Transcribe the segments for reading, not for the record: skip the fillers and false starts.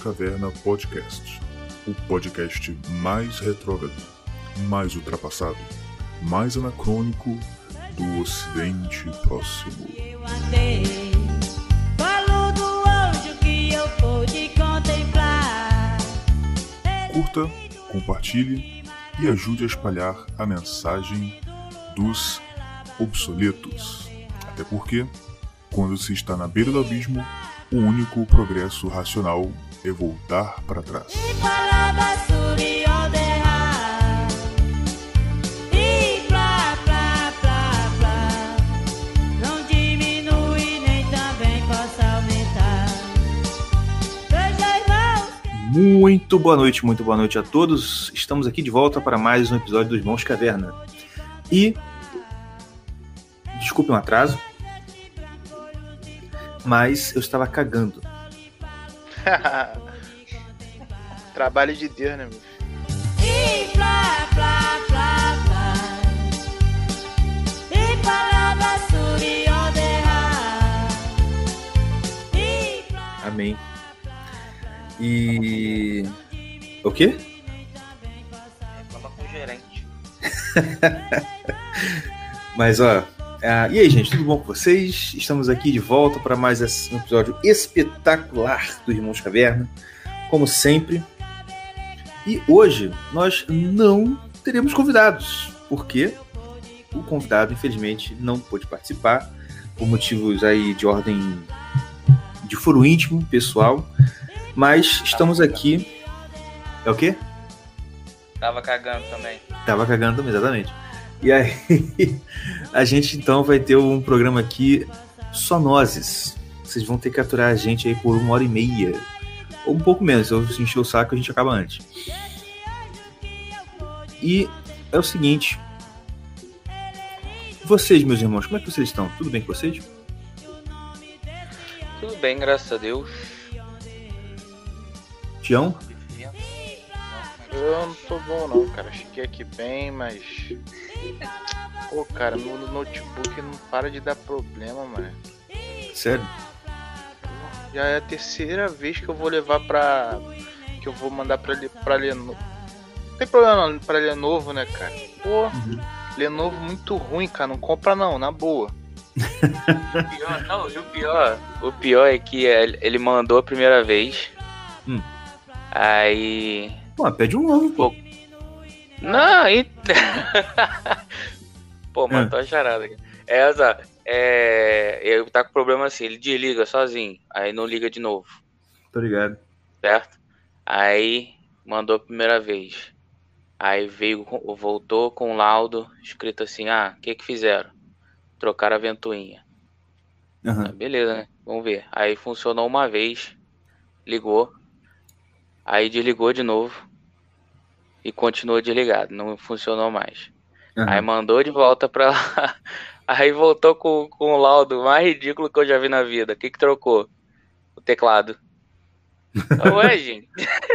Caverna Podcast, o podcast mais retrógrado, mais ultrapassado, mais anacrônico do Ocidente Próximo. Curta, compartilhe e ajude a espalhar a mensagem dos obsoletos. Até porque, quando se está na beira do abismo, o único progresso racional é voltar para trás. Muito boa noite a todos. Estamos aqui de volta para mais um episódio dos Irmãos Caverna. E, desculpe um atraso, mas eu estava cagando. Trabalho de Deus, né, meu? Amém. E... o quê? Reclama com o gerente. Mas, ó... e aí, gente, tudo bom com vocês? Estamos aqui de volta para mais um episódio espetacular do Irmãos Caverna, como sempre. E hoje nós não teremos convidados, porque o convidado, infelizmente, não pôde participar, por motivos aí de ordem de foro íntimo, pessoal. Mas estamos aqui... É o quê? Tava cagando também, exatamente. E aí, a gente então vai ter um programa aqui só nozes. Vocês vão ter que aturar a gente aí por 1h30. Ou um pouco menos, se eu encher o saco a gente acaba antes. E é o seguinte. Vocês, meus irmãos, como é que vocês estão? Tudo bem com vocês? Tudo bem, graças a Deus. Tião? Eu não tô bom não, cara. Cheguei aqui bem, mas... Pô, cara, meu notebook não para de dar problema, mano. Sério? Já é a terceira vez que eu vou levar pra... que eu vou mandar pra Lenovo. Não tem problema não, pra Lenovo, né, cara? Pô, Lenovo muito ruim, cara. Não compra não, na boa. O pior é que ele mandou a primeira vez. Aí... Pô, pede um novo, pô. Não, aí... Pô, matou a charada aqui. Eu tá com problema assim, ele desliga sozinho, aí não liga de novo. Tô ligado. Certo? Aí mandou a primeira vez. Aí voltou com um laudo escrito assim, o que fizeram? Trocaram a ventoinha. Beleza, né? Vamos ver. Aí funcionou uma vez, ligou. Aí desligou de novo e continuou desligado, não funcionou mais. Aí mandou de volta pra lá, aí voltou com o laudo mais ridículo que eu já vi na vida. O que trocou? O teclado. Ué, gente.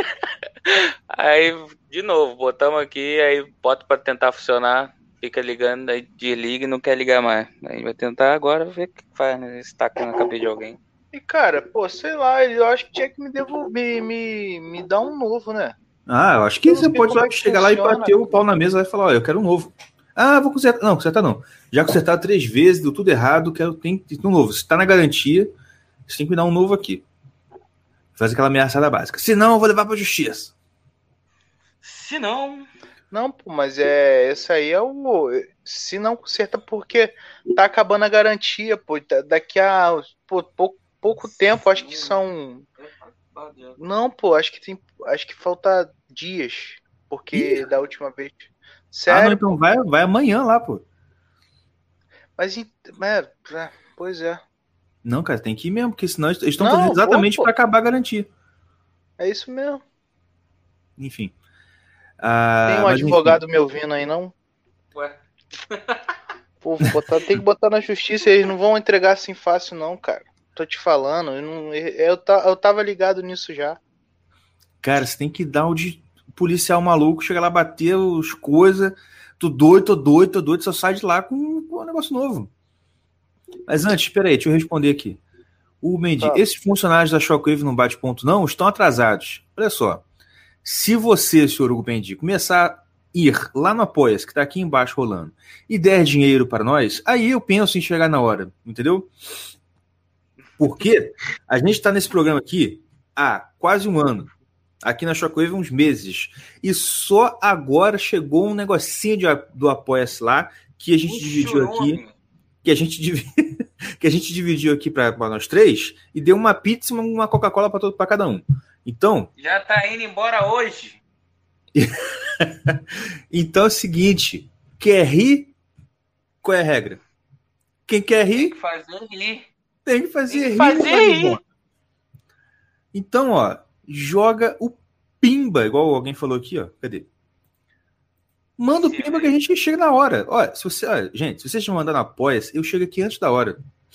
Aí, de novo, botamos aqui, aí bota pra tentar funcionar, fica ligando, aí desliga e não quer ligar mais. Aí vai tentar agora ver o que faz, né? Se taca na cabeça de alguém. E cara, pô, sei lá, eu acho que tinha que me devolver, me dar um novo, né? Eu acho que você pode só chegar lá e bater o pau na mesa e falar, ó, eu quero um novo. Vou consertar. Não, consertar não. Já consertaram 3 vezes, deu tudo errado, tem que ter um novo. Se tá na garantia, você tem que me dar um novo aqui. Faz aquela ameaçada básica. Se não, eu vou levar pra justiça. Se não... Não, pô, mas esse aí é o... Se não conserta porque tá acabando a garantia, pô. Daqui a pouco tempo, acho que são... Não, pô, acho que falta dias. Porque da última vez... Sério? Não, então vai amanhã lá, pô. Mas pois é. Não, cara, tem que ir mesmo, porque senão eles estão fazendo exatamente para acabar a garantia. É isso mesmo. Enfim. Tem um advogado me ouvindo aí, não? Ué. Pô, tem que botar na justiça, eles não vão entregar assim fácil não, cara. Tô te falando, eu tava ligado nisso já. Cara, você tem que dar o de policial maluco, chega lá, bater as coisas, tô doido, só sai de lá com um negócio novo. Mas antes, espera aí, deixa eu responder aqui. O Mendy, esses funcionários da Shockwave não bate ponto não, estão atrasados. Olha só, se você, senhor Hugo Mendy, começar a ir lá no Apoia-se, que está aqui embaixo rolando, e der dinheiro para nós, aí eu penso em chegar na hora, entendeu? Porque a gente está nesse programa aqui há quase um ano, aqui na Shockwave uns meses, e só agora chegou um negocinho do Apoia-se lá, que a gente dividiu aqui, que a gente dividiu aqui para nós três, e deu uma pizza e uma Coca-Cola para cada um. Então... Já tá indo embora hoje. Então é o seguinte, quer rir? Qual é a regra? Quem quer rir? Tem que fazer rir. Tem que fazer rir. Então, ó, joga o pimba, igual alguém falou aqui, ó. Cadê? Manda o pimba que a gente chega na hora. Ó, gente, se vocês me mandarem no Apoia-se, eu chego aqui antes da hora.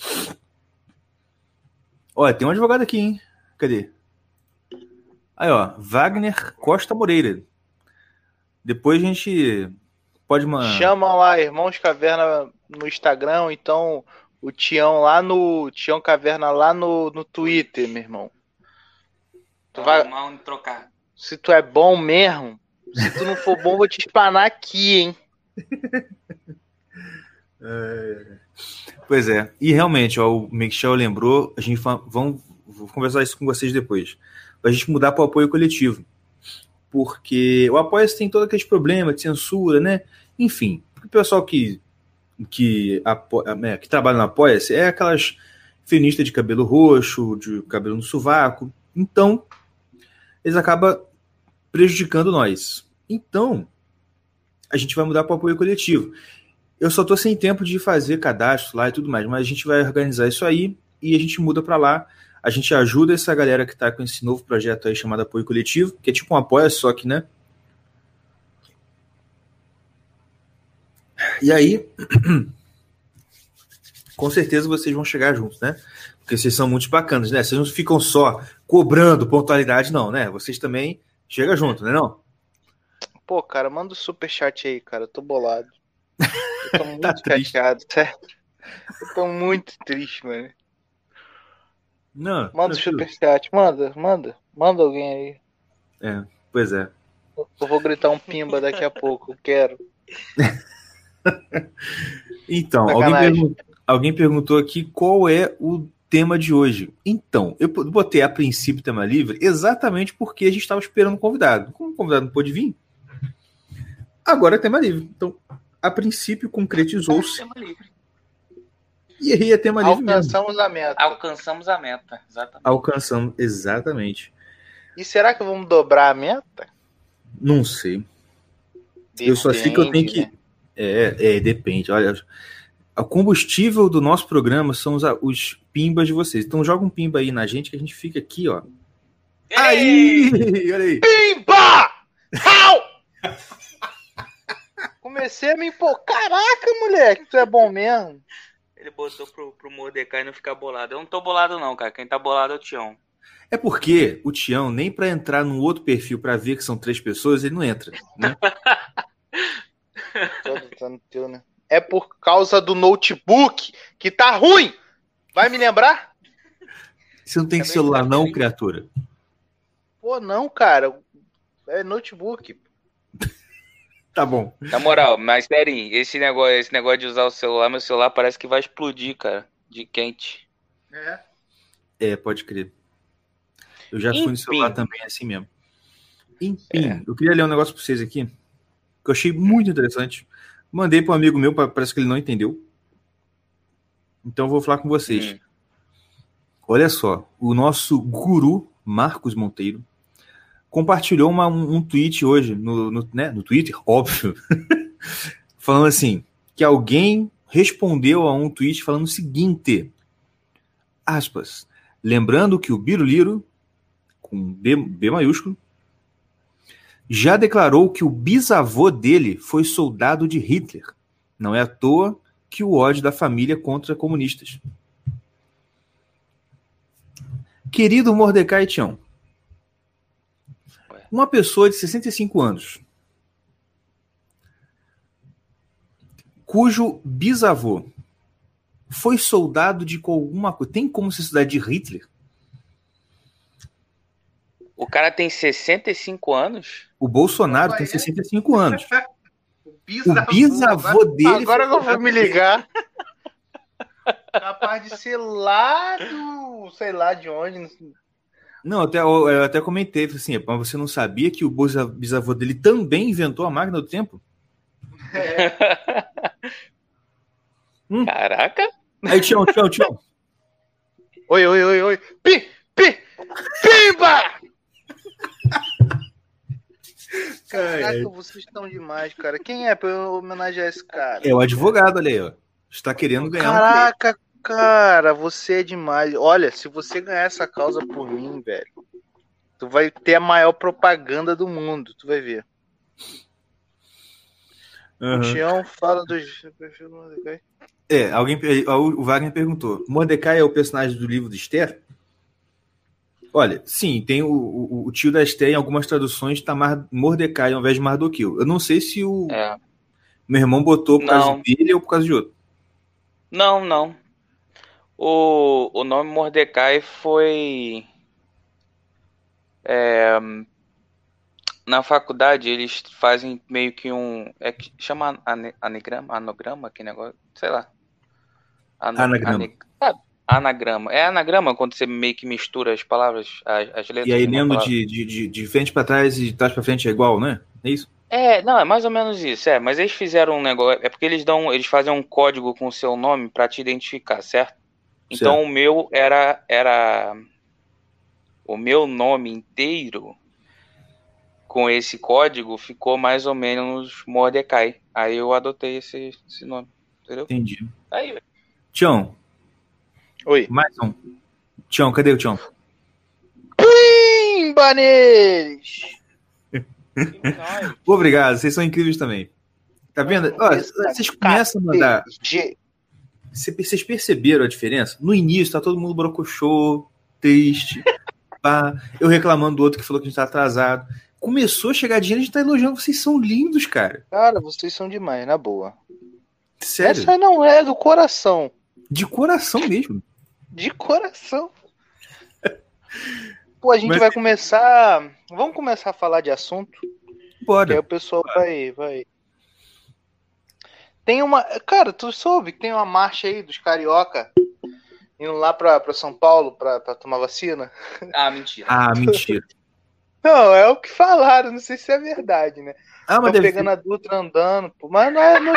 Ó, tem um advogado aqui, hein? Cadê? Aí, ó, Wagner Costa Moreira. Depois a gente pode mandar. Chama lá, Irmãos Caverna no Instagram, ou então o Tião lá no Tião Caverna lá no Twitter, meu irmão. Tu vai trocar. Se tu é bom mesmo, se tu não for bom, vou te espanar aqui, hein? Pois é. E realmente, ó, o Michel lembrou, a gente vou conversar isso com vocês depois. Pra gente mudar para o apoio coletivo. Porque o Apoia-se tem todo aquele problema de censura, né? Enfim, o pessoal que trabalha no Apoia-se é aquelas feministas de cabelo roxo, de cabelo no sovaco. Então, eles acabam prejudicando nós. Então, a gente vai mudar para o apoio coletivo. Eu só estou sem tempo de fazer cadastro lá e tudo mais, mas a gente vai organizar isso aí e a gente muda para lá. A gente ajuda essa galera que está com esse novo projeto aí chamado Apoio Coletivo, que é tipo um apoio, só que, né? E aí, com certeza vocês vão chegar juntos, né? Porque vocês são muito bacanas, né? Vocês não ficam só cobrando pontualidade, não, né? Vocês também chegam junto, né, não? Pô, cara, manda o superchat aí, cara. Eu tô bolado. Eu tô muito Tá triste. chateado, certo? Eu tô muito triste, mano. Não, manda o superchat, manda alguém aí. Pois é. Eu vou gritar um pimba daqui a pouco, eu quero. Então, alguém perguntou aqui qual é o tema de hoje. Então, eu botei a princípio tema livre exatamente porque a gente estava esperando um convidado. Como o convidado não pôde vir, agora é tema livre. Então, a princípio concretizou-se. Tema livre. E aí é tema livre mesmo. Alcançamos a meta, exatamente. Alcançamos, exatamente. E será que vamos dobrar a meta? Não sei. Depende, eu só sei que eu tenho que... Né? Depende. Olha, o combustível do nosso programa são os pimbas de vocês. Então joga um pimba aí na gente que a gente fica aqui, ó. Aí! Olha aí. Pimba! Comecei a me empolgar. Caraca, moleque, tu é bom mesmo. Ele botou pro Mordecai não ficar bolado. Eu não tô bolado não, cara. Quem tá bolado é o Tião. É porque o Tião, nem pra entrar num outro perfil pra ver que são 3 pessoas, ele não entra, né? Né? É por causa do notebook que tá ruim. Vai me lembrar? Você não tem celular não, criatura? Pô, não, cara. É notebook. Tá bom. Na moral, mas sério, esse negócio de usar o celular, meu celular parece que vai explodir, cara. De quente. Pode crer. Eu já fui no celular também, assim mesmo. Enfim, eu queria ler um negócio pra vocês aqui, que eu achei muito interessante. Mandei para um amigo meu, parece que ele não entendeu. Então eu vou falar com vocês. Olha só, o nosso guru, Marcos Monteiro, compartilhou um tweet hoje, no Twitter, óbvio, falando assim, que alguém respondeu a um tweet falando o seguinte, aspas, lembrando que o Biruliro, com B maiúsculo, já declarou que o bisavô dele foi soldado de Hitler. Não é à toa que o ódio da família contra comunistas. Querido Mordecai e Tião, uma pessoa de 65 anos, cujo bisavô foi soldado de alguma coisa. Tem como ser soldado de Hitler? O cara tem 65 anos? O Bolsonaro tem 65 anos. O O bisavô dele... Agora que eu vou me ligar. Capaz de ser lá do... sei lá de onde. Não, eu até comentei, assim, mas você não sabia que o bisavô dele também inventou a máquina do tempo? Caraca! Aí, Tião. Oi. Pimba! Caraca, vocês estão demais, cara. Quem é pra eu homenagear esse cara? É o advogado, olha aí, ó. Está querendo ganhar Caraca, cara, você é demais. Olha, se você ganhar essa causa por mim, velho, tu vai ter a maior propaganda do mundo, tu vai ver. O Tião fala dos... o Wagner perguntou, Mordecai é o personagem do livro de Esther? Olha, sim, tem o tio da Esther, em algumas traduções está Mordecai ao invés de Mardoqueu. Eu não sei se meu irmão botou por causa dele ou por causa de outro. Não. O nome Mordecai foi... na faculdade eles fazem meio que um... que chama anagrama, que negócio, sei lá. Anagrama. Anagrama. É anagrama quando você meio que mistura as palavras, as letras. E aí lendo de frente para trás e de trás para frente é igual, né? É isso? Não, é mais ou menos isso, mas eles fizeram um negócio, é porque eles fazem um código com o seu nome para te identificar, certo? Então certo. O meu era o meu nome inteiro com esse código ficou mais ou menos Mordecai. Aí eu adotei esse nome, entendeu? Entendi. Aí, velho. Tião. Oi. Mais um. Tião, cadê o Tião? Pimba neles! Obrigado, vocês são incríveis também. Tá vendo? Olha, vocês começam a mandar. Vocês perceberam a diferença? No início tá todo mundo brocochô, triste. Pá. Eu reclamando do outro que falou que a gente tá atrasado. Começou a chegar dinheiro, a gente tá elogiando. Vocês são lindos, cara. Cara, vocês são demais, na boa. Sério? Essa não é do coração. De coração mesmo. De coração. Pô, a gente vai começar... Vamos começar a falar de assunto? Bora. Que aí o pessoal vai... Tem uma... Cara, tu soube que tem uma marcha aí dos carioca indo lá pra São Paulo pra tomar vacina? Mentira. Não, é o que falaram, não sei se é verdade, né? Mas tô pegando a Dutra andando, pô, mas não é...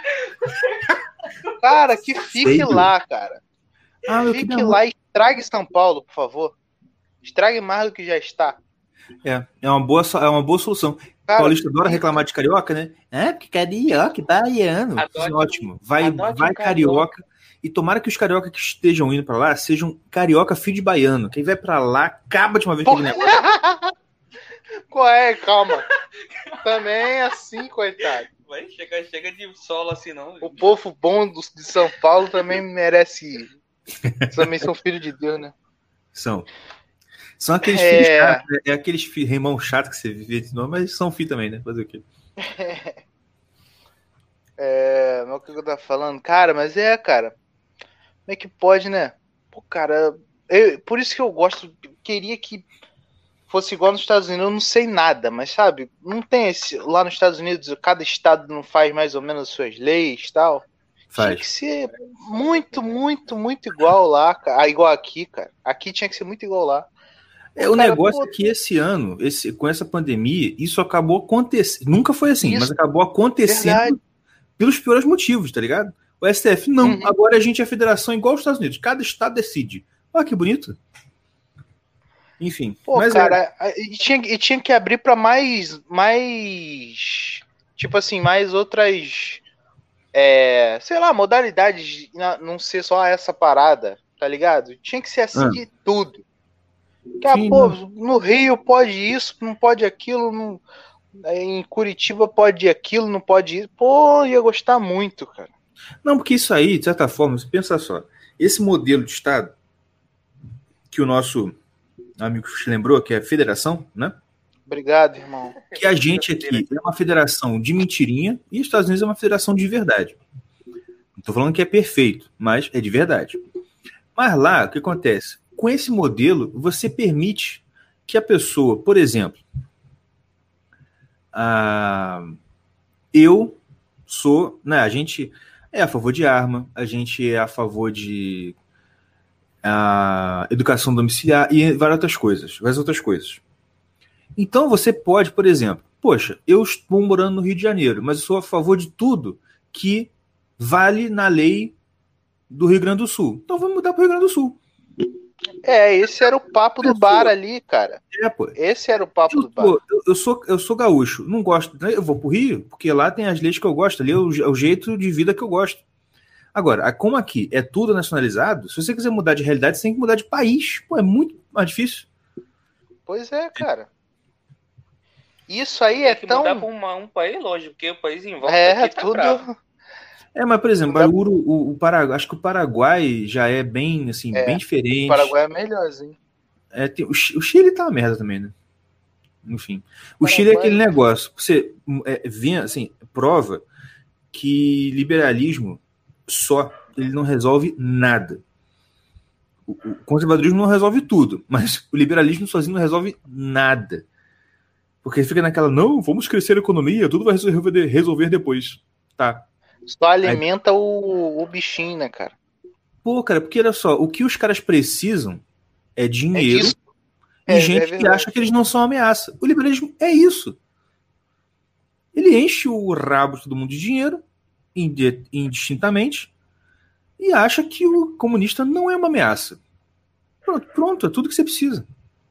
Cara, que fique lá, cara. Fique lá e estrague São Paulo, por favor. Estrague mais do que já está. É uma boa solução. Cara, Paulista adora reclamar de carioca, né? Porque carioca, baiano. Ótimo. Vai carioca. E tomara que os carioca que estejam indo pra lá sejam carioca filho de baiano. Quem vai pra lá, acaba de uma vez aquele negócio. Qual é? Calma. Também assim, coitado. Vai, chega de solo assim, não. O povo bom de São Paulo também merece. Também são filhos de Deus, né? São aqueles filhos chatos, aqueles irmãos chatos que você vê de nome, mas são filhos também, né? Fazer o quê? Mas o que eu tava falando? Cara, cara. Como é que pode, né? Pô, cara, por isso que eu queria que fosse igual nos Estados Unidos. Eu não sei nada, mas sabe, não tem esse... Lá nos Estados Unidos, cada estado não faz mais ou menos as suas leis e tal. Tinha que ser muito, muito, muito igual lá, igual aqui, cara. Aqui tinha que ser muito igual lá. O negócio é que esse ano, com essa pandemia, isso acabou acontecendo. Nunca foi assim, mas acabou acontecendo pelos piores motivos, tá ligado? O STF, não. Agora a gente é a federação igual aos Estados Unidos. Cada estado decide. Olha que bonito. Enfim. Pô, mas cara, tinha que abrir pra mais... Tipo assim, mais outras... sei lá, modalidades, não ser só essa parada, tá ligado? Tinha que ser assim de tudo. No Rio pode isso, não pode aquilo, em Curitiba pode aquilo, não pode isso. Pô, ia gostar muito, cara. Não, porque isso aí, de certa forma, você pensa só, esse modelo de Estado que o nosso amigo lembrou, que é a federação, né? Obrigado, irmão. Que a gente aqui é uma federação de mentirinha e os Estados Unidos é uma federação de verdade. Tô falando que é perfeito, mas é de verdade. Mas lá, o que acontece? Com esse modelo, você permite que a pessoa, por exemplo, eu sou, né, a gente é a favor de arma, a gente é a favor de educação domiciliar e várias outras coisas. Então você pode, por exemplo, poxa, eu estou morando no Rio de Janeiro, mas eu sou a favor de tudo que vale na lei do Rio Grande do Sul. Então vamos mudar para o Rio Grande do Sul. Esse era o papo do bar ali, cara. Pô. Esse era o papo do bar. Eu sou gaúcho, não gosto. Eu vou pro Rio, porque lá tem as leis que eu gosto, ali é o jeito de vida que eu gosto. Agora, como aqui é tudo nacionalizado, se você quiser mudar de realidade, você tem que mudar de país. Pô, é muito mais difícil. Pois é, cara. Isso aí é tão... Tem que mudar para um país, lógico, porque o país em volta aqui tá tudo... bravo. Mas, por exemplo, o Paraguai, acho que o Paraguai já é bem, assim, bem diferente. O Paraguai é melhorzinho. O Chile tá uma merda também, né? Enfim. O Chile é aquele negócio. Você vê, assim, prova que liberalismo só, ele não resolve nada. O conservadorismo não resolve tudo, mas o liberalismo sozinho não resolve nada. Porque fica naquela, não, vamos crescer a economia, tudo vai resolver depois. Tá. Só alimenta o bichinho, né, cara? Pô, cara, porque olha só, o que os caras precisam é dinheiro e gente que acha que eles não são ameaça. O liberalismo é isso. Ele enche o rabo de todo mundo de dinheiro, indistintamente, e acha que o comunista não é uma ameaça. Pronto, é tudo que você precisa.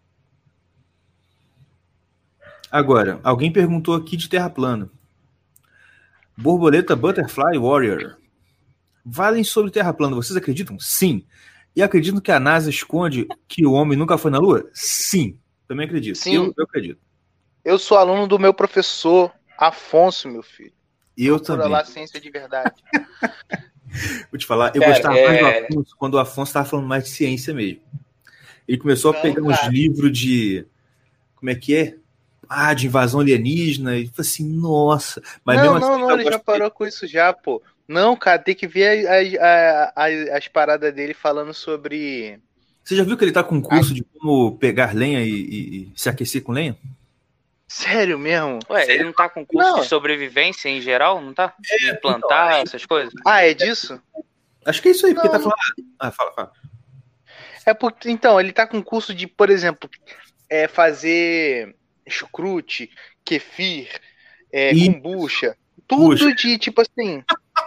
Agora, alguém perguntou aqui de terra plana. Borboleta Butterfly Warrior. Valem sobre terra plana. Vocês acreditam? Sim. E acreditam que a NASA esconde que o homem nunca foi na Lua? Sim. Também acredito. Sim. Eu acredito. Eu sou aluno do meu professor Afonso, meu filho. Eu também. Lá, ciência de verdade. Vou te falar, eu gostava mais do Afonso quando o Afonso estava falando mais de ciência mesmo. Ele começou a pegar uns livros de... Como é que é? De invasão alienígena. E falei assim, nossa. Mas não, ele já parou com isso já, pô. Não, cara, tem que ver as paradas dele falando sobre... Você já viu que ele tá com um curso de como pegar lenha e se aquecer com lenha? Sério mesmo? Ué, ele não tá com curso de sobrevivência em geral, não tá? De plantar, essas coisas? É disso? Acho que é isso aí, porque tá falando... Fala. Porque, então, ele tá com curso de, por exemplo, fazer chucrute, kefir, kombucha, tudo de, tipo assim...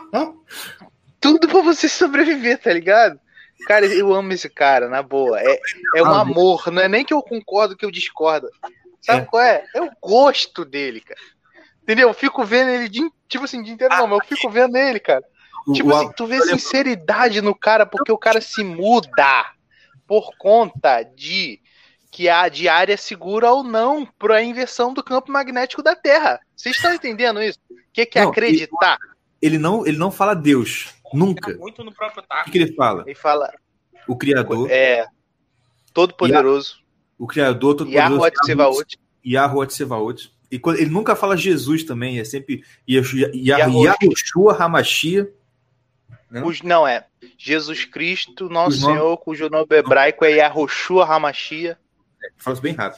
Tudo pra você sobreviver, tá ligado? Cara, eu amo esse cara, na boa. É um amor, não é nem que eu concordo, que eu discordo. Sabe qual é? Eu gosto dele, cara. Entendeu? Eu fico vendo ele, tipo assim, o dia inteiro não, mas eu fico vendo ele, cara. Tipo assim, tu vê sinceridade no cara, porque o cara se muda por conta de que a área segura ou não para a inversão do campo magnético da Terra. Vocês estão entendendo isso? O que é acreditar? Ele não fala Deus, nunca. Muito no próprio taco. O que ele fala? Ele fala o Criador. Todo-Poderoso. O Criador, Todo-Poderoso. Yahuwah Tsevaot. E ele nunca fala Jesus também, é sempre Yahushua Hamashia. Não é. Jesus Cristo, nosso Senhor, cujo nome hebraico é Yahushua Hamashia. Fala isso bem rápido.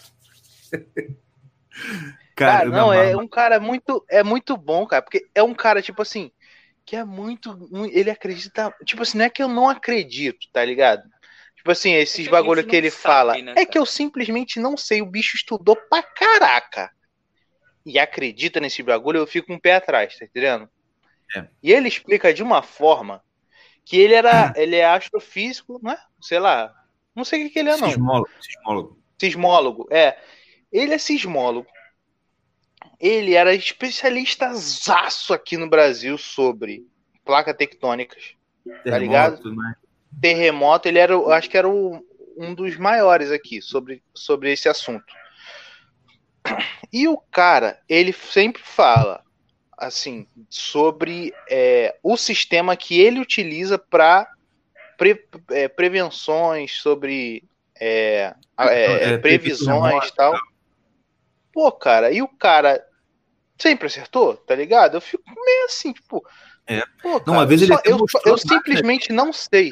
Cara, não, é um cara muito bom, cara, porque é um cara, tipo assim, que é muito, ele acredita, tipo assim, não é que eu não acredito, tá ligado? Tipo assim, esses bagulho que ele fala, né, que eu simplesmente não sei, o bicho estudou pra caraca e acredita nesse bagulho, eu fico um pé atrás, tá entendendo? E ele explica de uma forma que ele é astrofísico, não é? Sei lá, não sei o que ele é, não. Sismólogo, ele é sismólogo. Ele era especialistazaço aqui no Brasil sobre placas tectônicas, tá ligado? Né? Terremoto, ele era, acho que era um dos maiores aqui sobre esse assunto. E o cara, ele sempre fala assim sobre o sistema que ele utiliza para prevenções, sobre previsões e tal. Pô, cara, e o cara sempre acertou, tá ligado? Eu fico meio assim, tipo... Pô, Não, uma vez ele até mostrou eu a máquina. simplesmente não sei.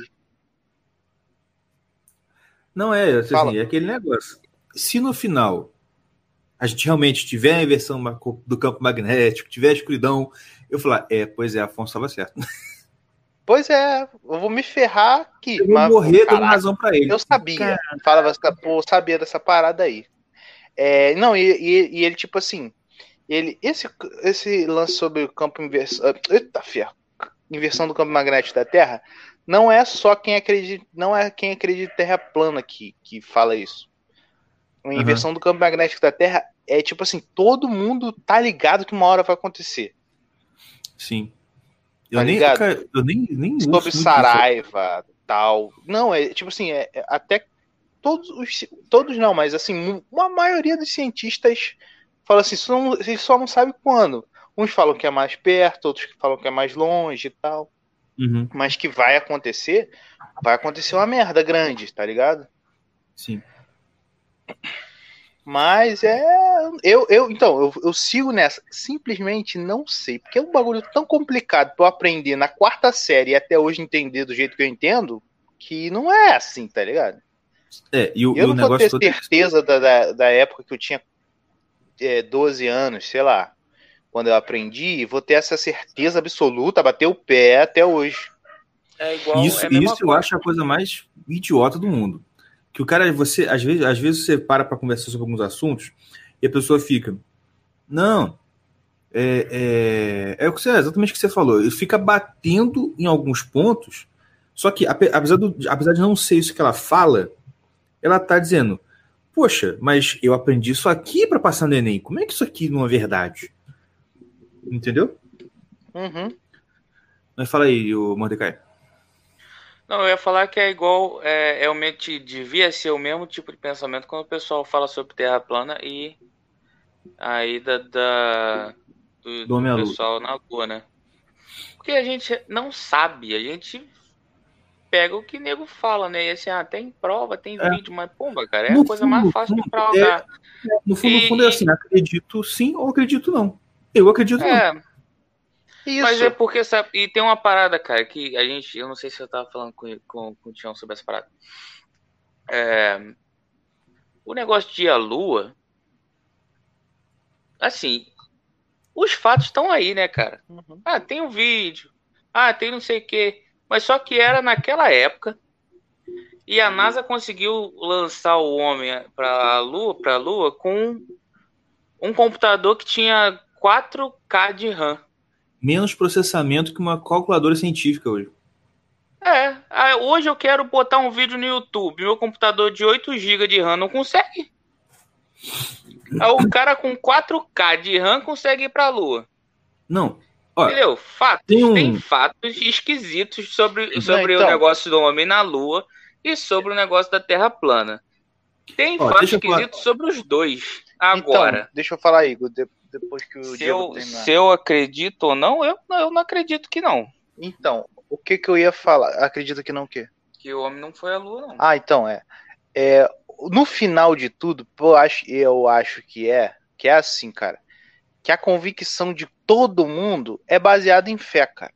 Não é, Fala. assim, é aquele negócio. Se no final a gente realmente tiver a inversão do campo magnético, tiver a escuridão, eu falar, pois é, Afonso estava certo. Pois é, eu vou me ferrar aqui. Eu vou morrer dando razão pra ele. Eu sabia. Falava, pô, sabia dessa parada aí. Não, e ele, tipo assim, esse lance sobre o campo inversão. Eita, ferro. Inversão do campo magnético da Terra, não é só quem acredita, não é quem acredita em Terra plana que fala isso. A inversão do campo magnético da Terra é tipo assim, todo mundo tá ligado que uma hora vai acontecer. Sim. Tá ligado? Eu nem sobre Saraiva, tal. Não, é tipo assim, até todos não, mas assim, uma maioria dos cientistas fala assim, eles só não sabem quando. Uns falam que é mais perto, outros que falam que é mais longe e tal. Uhum. Mas que vai acontecer uma merda grande, tá ligado? Sim. Mas eu sigo nessa. Simplesmente não sei. Porque é um bagulho tão complicado pra eu aprender na quarta série e até hoje entender do jeito que eu entendo, que não é assim, tá ligado? Eu não vou ter certeza da época que eu tinha 12 anos, sei lá, quando eu aprendi, vou ter essa certeza absoluta, bater o pé até hoje. É igual. Isso eu acho a coisa mais idiota do mundo. Que o cara, às vezes você para conversar sobre alguns assuntos e a pessoa fica, não, exatamente o que você falou, ele fica batendo em alguns pontos, só que apesar de não ser isso que ela fala, ela tá dizendo, poxa, mas eu aprendi isso aqui para passar no Enem, como é que isso aqui não é verdade? Entendeu? Uhum. Mas fala aí, o Mordecai. Não, eu ia falar que é igual, realmente devia ser o mesmo tipo de pensamento quando o pessoal fala sobre Terra plana e aí do pessoal na Lua, né? Porque a gente não sabe, a gente pega o que o nego fala, né? E assim, tem prova, tem vídeo, mas pomba, cara, é a coisa mais fácil de provar. No fundo é assim, acredito sim ou acredito não. Eu acredito não. Isso. Mas é porque, sabe, e tem uma parada, cara, que eu não sei se eu tava falando com o Tião sobre essa parada. O negócio de ir à Lua, assim, os fatos estão aí, né, cara? Uhum. Tem um vídeo, tem não sei o quê, mas só que era naquela época e a NASA conseguiu lançar o homem pra Lua com um computador que tinha 4K de RAM. Menos processamento que uma calculadora científica hoje. Hoje eu quero botar um vídeo no YouTube. Meu computador de 8 GB de RAM não consegue. O cara com 4K de RAM consegue ir pra Lua. Não. Olha, entendeu? Tem fatos esquisitos sobre o negócio do homem na Lua e sobre o negócio da Terra plana. Tem fatos esquisitos sobre os dois. Agora. Então, deixa eu falar, Igor, depois que o Diego terminar. Se eu acredito ou não, eu não acredito que não. Então, o que eu ia falar? Acredito que não o quê? Que o homem não foi à Lua, não. Então no final de tudo, eu acho que é assim, cara, que a convicção de todo mundo é baseada em fé, cara.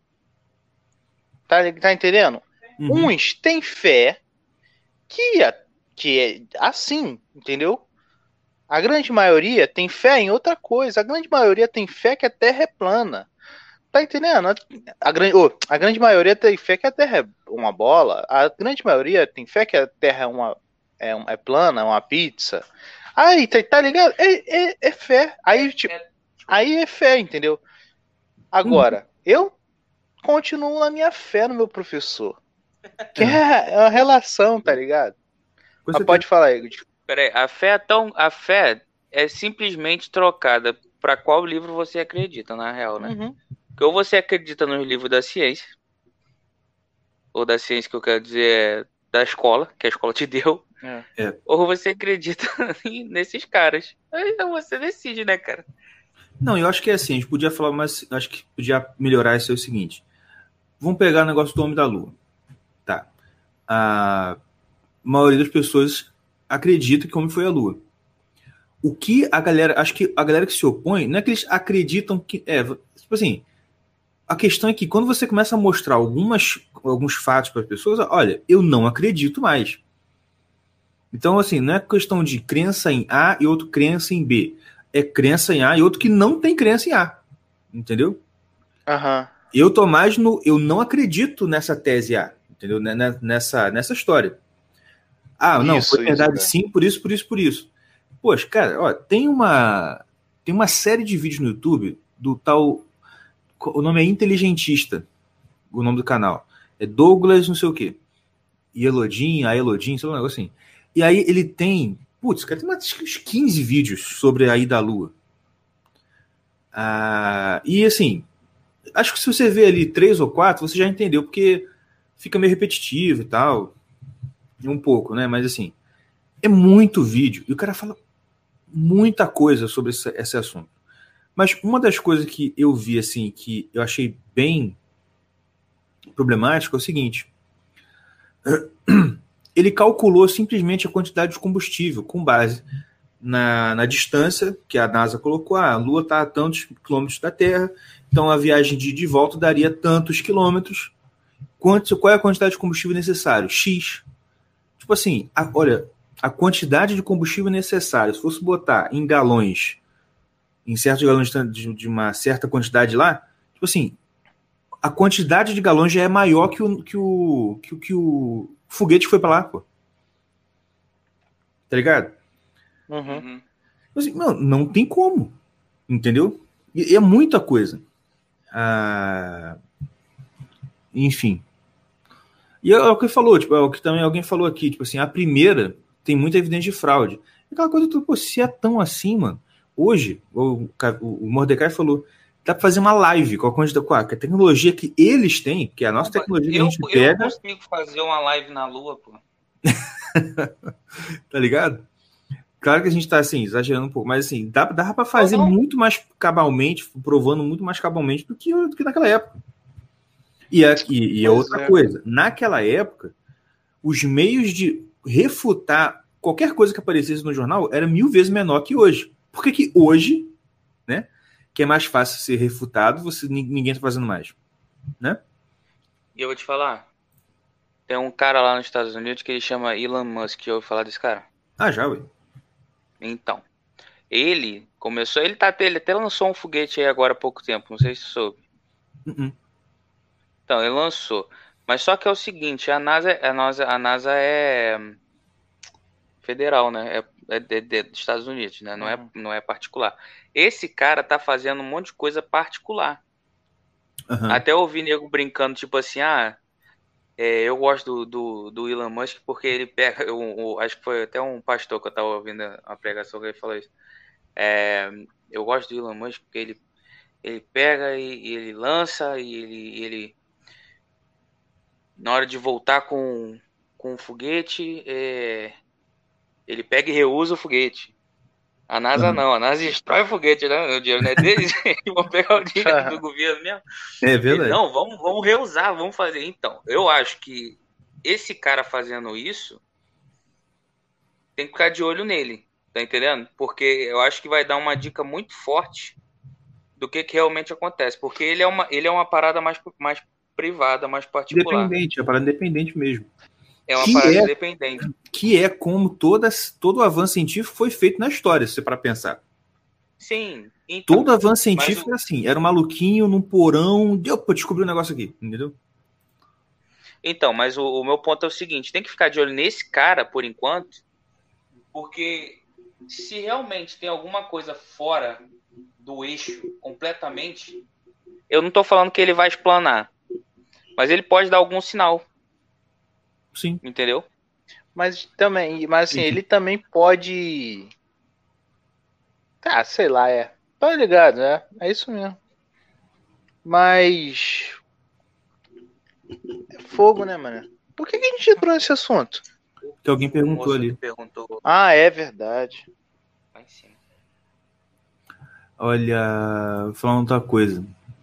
Tá entendendo? Uhum. Uns têm fé que é assim, entendeu? A grande maioria tem fé em outra coisa. A grande maioria tem fé que a Terra é plana. Tá entendendo? A grande maioria tem fé que a Terra é uma bola. A grande maioria tem fé que a Terra é plana, é uma pizza. Aí, tá ligado? É fé. Aí é fé, entendeu? Agora, eu continuo na minha fé no meu professor. Que é uma relação, tá ligado? Mas pode falar aí. Peraí, a fé é simplesmente trocada para qual livro você acredita, na real, né? Uhum. Porque ou você acredita nos livros da ciência, ou da ciência que eu quero dizer da escola, que a escola te deu, ou você acredita nesses caras. Então você decide, né, cara? Não, eu acho que é assim, a gente podia falar, mas acho que podia melhorar isso é o seguinte. Vamos pegar o negócio do homem da Lua. Tá. A maioria das pessoas acredita que o homem foi à Lua. O que a galera, acho que a galera que se opõe, não é que eles acreditam que, tipo assim, a questão é que quando você começa a mostrar alguns fatos para as pessoas, olha, eu não acredito mais. Então, assim, não é questão de crença em A e outro crença em B. É crença em A e outro que não tem crença em A. Entendeu? Aham. Eu tô mais no. Eu não acredito nessa tese A. Entendeu? Nessa história. Ah, não, Isso, foi verdade isso, sim, por isso, por isso, por isso. Poxa, cara, ó, tem uma série de vídeos no YouTube do tal. O nome é Inteligentista, o nome do canal. É Douglas, não sei o quê. Elodin, a Elodin, sei lá, um negócio assim. E aí ele tem. Putz, cara, tem uns 15 vídeos sobre a ida à Lua. E assim, acho que se você vê ali 3 ou 4, você já entendeu, porque fica meio repetitivo e tal. Um pouco, né? Mas assim, é muito vídeo. E o cara fala muita coisa sobre esse assunto. Mas uma das coisas que eu vi, assim, que eu achei bem problemático é o seguinte. Ele calculou simplesmente a quantidade de combustível com base na distância que a NASA colocou. A Lua está a tantos quilômetros da Terra, então a viagem de volta daria tantos quilômetros. Qual é a quantidade de combustível necessário? X. Tipo assim, olha, a quantidade de combustível necessário, se fosse botar em galões, em certos galões de uma certa quantidade lá, tipo assim, a quantidade de galões já é maior que o foguete que foi para lá, pô. Tá ligado? Uhum. Assim, não tem como, entendeu? E é muita coisa. Enfim. E é o que falou, tipo, é o que também alguém falou aqui, tipo assim, a primeira tem muita evidência de fraude. Aquela coisa, pô, se é tão assim, mano, hoje, o Mordecai falou, dá pra fazer uma live com a tecnologia que eles têm, que é a nossa tecnologia que a gente pega. Eu consigo fazer uma live na Lua, pô. Tá ligado? Claro que a gente tá, assim, exagerando um pouco, mas, assim, dá pra fazer muito mais cabalmente, provando muito mais cabalmente do que naquela época. E é outra coisa. Naquela época, os meios de refutar qualquer coisa que aparecesse no jornal era 1000 vezes menor que hoje. Por que hoje, né, que é mais fácil ser refutado, ninguém tá fazendo mais, né? E eu vou te falar, tem um cara lá nos Estados Unidos que ele chama Elon Musk. Eu ouvi falar desse cara? Já, ué. Então, ele começou, ele até lançou um foguete aí agora há pouco tempo, não sei se você soube. Então, ele lançou. Mas só que é o seguinte, a NASA é federal, né? É dos Estados Unidos, né? Não é particular. Esse cara tá fazendo um monte de coisa particular. Até eu ouvi nego brincando, tipo assim, eu gosto do Elon Musk porque ele pega, acho que foi até um pastor que eu tava ouvindo a pregação que ele falou isso. Eu gosto do Elon Musk porque ele pega e ele lança e ele na hora de voltar com o foguete, ele pega e reusa o foguete. A NASA não, a NASA destrói o foguete, né? O dinheiro não é deles, eles vão pegar o dinheiro do governo mesmo. É verdade. Não, vamos reusar, vamos fazer. Então, eu acho que esse cara fazendo isso tem que ficar de olho nele, tá entendendo? Porque eu acho que vai dar uma dica muito forte do que realmente acontece. Porque ele é uma parada mais privada, mais particular. Independente, é uma parada independente mesmo. É uma parada independente. Que é como todo o avanço científico foi feito na história, se você para pensar. Sim. Então, todo avanço científico era assim, era um maluquinho num porão, descobri um negócio aqui, entendeu? Então, mas o meu ponto é o seguinte, tem que ficar de olho nesse cara, por enquanto, porque se realmente tem alguma coisa fora do eixo completamente, eu não tô falando que ele vai explanar, mas ele pode dar algum sinal. Sim. Entendeu? Mas assim, ele também pode... sei lá, tá ligado, né? É isso mesmo. Mas... é fogo, né, mano? Por que a gente entrou nesse assunto? Que alguém perguntou ali. É verdade. Vai em cima. Olha, vou falar outra coisa.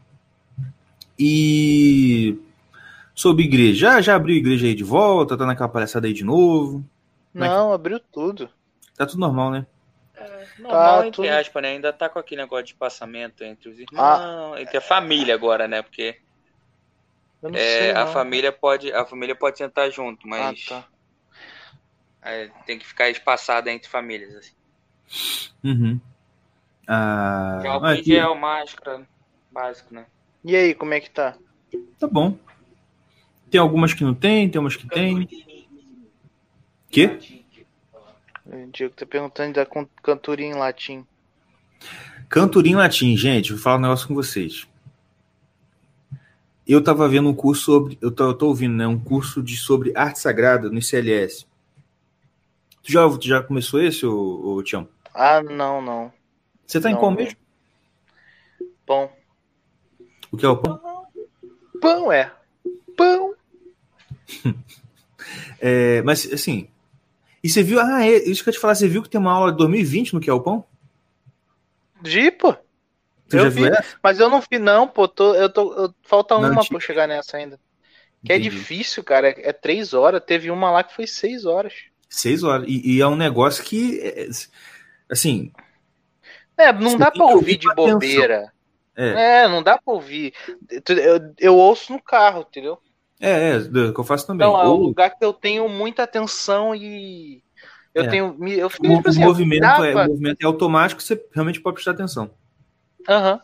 E... sobre igreja. Já abriu igreja aí de volta? Tá naquela palhaçada aí de novo? Não, abriu tudo. Tá tudo normal, né? Normal, Tá, entre tudo- aspas, né? Ainda tá com aquele negócio de espaçamento entre os irmãos, entre a família agora, né? Porque Eu não sei, a não. família pode sentar junto, mas tá. tem que ficar espaçada entre famílias, assim. Uhum. Já álcool em Aqui, gel, máscara, básico, né? E aí, como é que tá? tá bom. Tem algumas que não tem umas que tem. Quê? O Diego tá perguntando da cantoria em latim. Cantoria em latim, gente, vou falar um negócio com vocês. Eu tava vendo um curso sobre. Eu tô ouvindo, né? Um curso sobre arte sagrada no ICLS. Tu já começou esse, ô Tião? Ah, não. Você tá em Não, qual não. mesmo? Pão. O que é o pão? Pão, é. Pão. Mas, assim. E você viu. Isso que eu ia te falar. Você viu que tem uma aula de 2020 no que é o pão? Pô. Tu Eu já viu vi, essa? mas eu não vi, não, pô. Falta Não, uma tinha. pra eu chegar nessa ainda. Que é Entendi. difícil, cara. É 3 horas. Teve uma lá que foi 6 horas. 6 horas. E é um negócio que. Assim. Não você dá tem pra que ouvir de com atenção. bobeira. É. Não dá pra ouvir. Eu ouço no carro, entendeu? Que eu faço também. Então, é um Ou lugar que eu tenho muita atenção e eu É. tenho. Eu fiquei, o tipo assim, movimento dá o pra- movimento é automático, você realmente pode prestar atenção. Aham.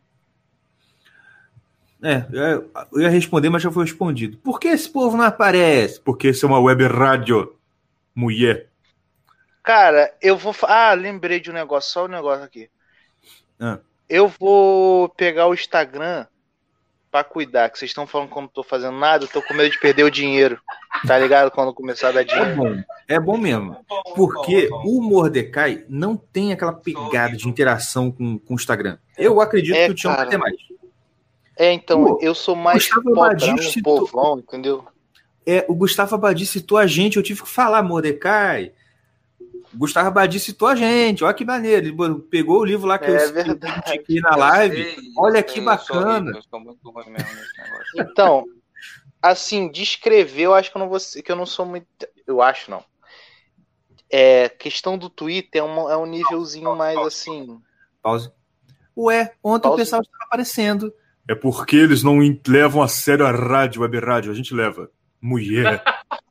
Eu ia responder, mas já foi respondido. Por que esse povo não aparece? Porque isso é uma web rádio, mulher. Cara, eu vou. Lembrei de um negócio, só um negócio aqui. Ah. Eu vou pegar o Instagram pra cuidar, que vocês estão falando que eu não tô fazendo nada, eu tô com medo de perder o dinheiro. Tá ligado? Quando começar a dar dinheiro. É bom mesmo. Porque o Mordecai não tem aquela pegada de interação com o Instagram. Eu acredito que o Tião vai ter mais. Então, Pô, eu sou mais Gustavo Abadio pobrão, citou- povão, entendeu? O Gustavo Abadi citou a gente, eu tive que falar, Mordecai. O Gustavo Abadi citou a gente, olha que maneiro. Ele pegou o livro lá que eu indiquei na live. Olha que bacana. Eu sou muito ruim mesmo nesse negócio. Então, assim, de escrever, eu acho que eu não vou que eu não sou muito. Eu acho, não. Questão do Twitter é um nívelzinho mais assim. Pause. Ontem Pause. o pessoal estava aparecendo. É porque eles não levam a sério a rádio, web rádio. A gente leva. Mulher.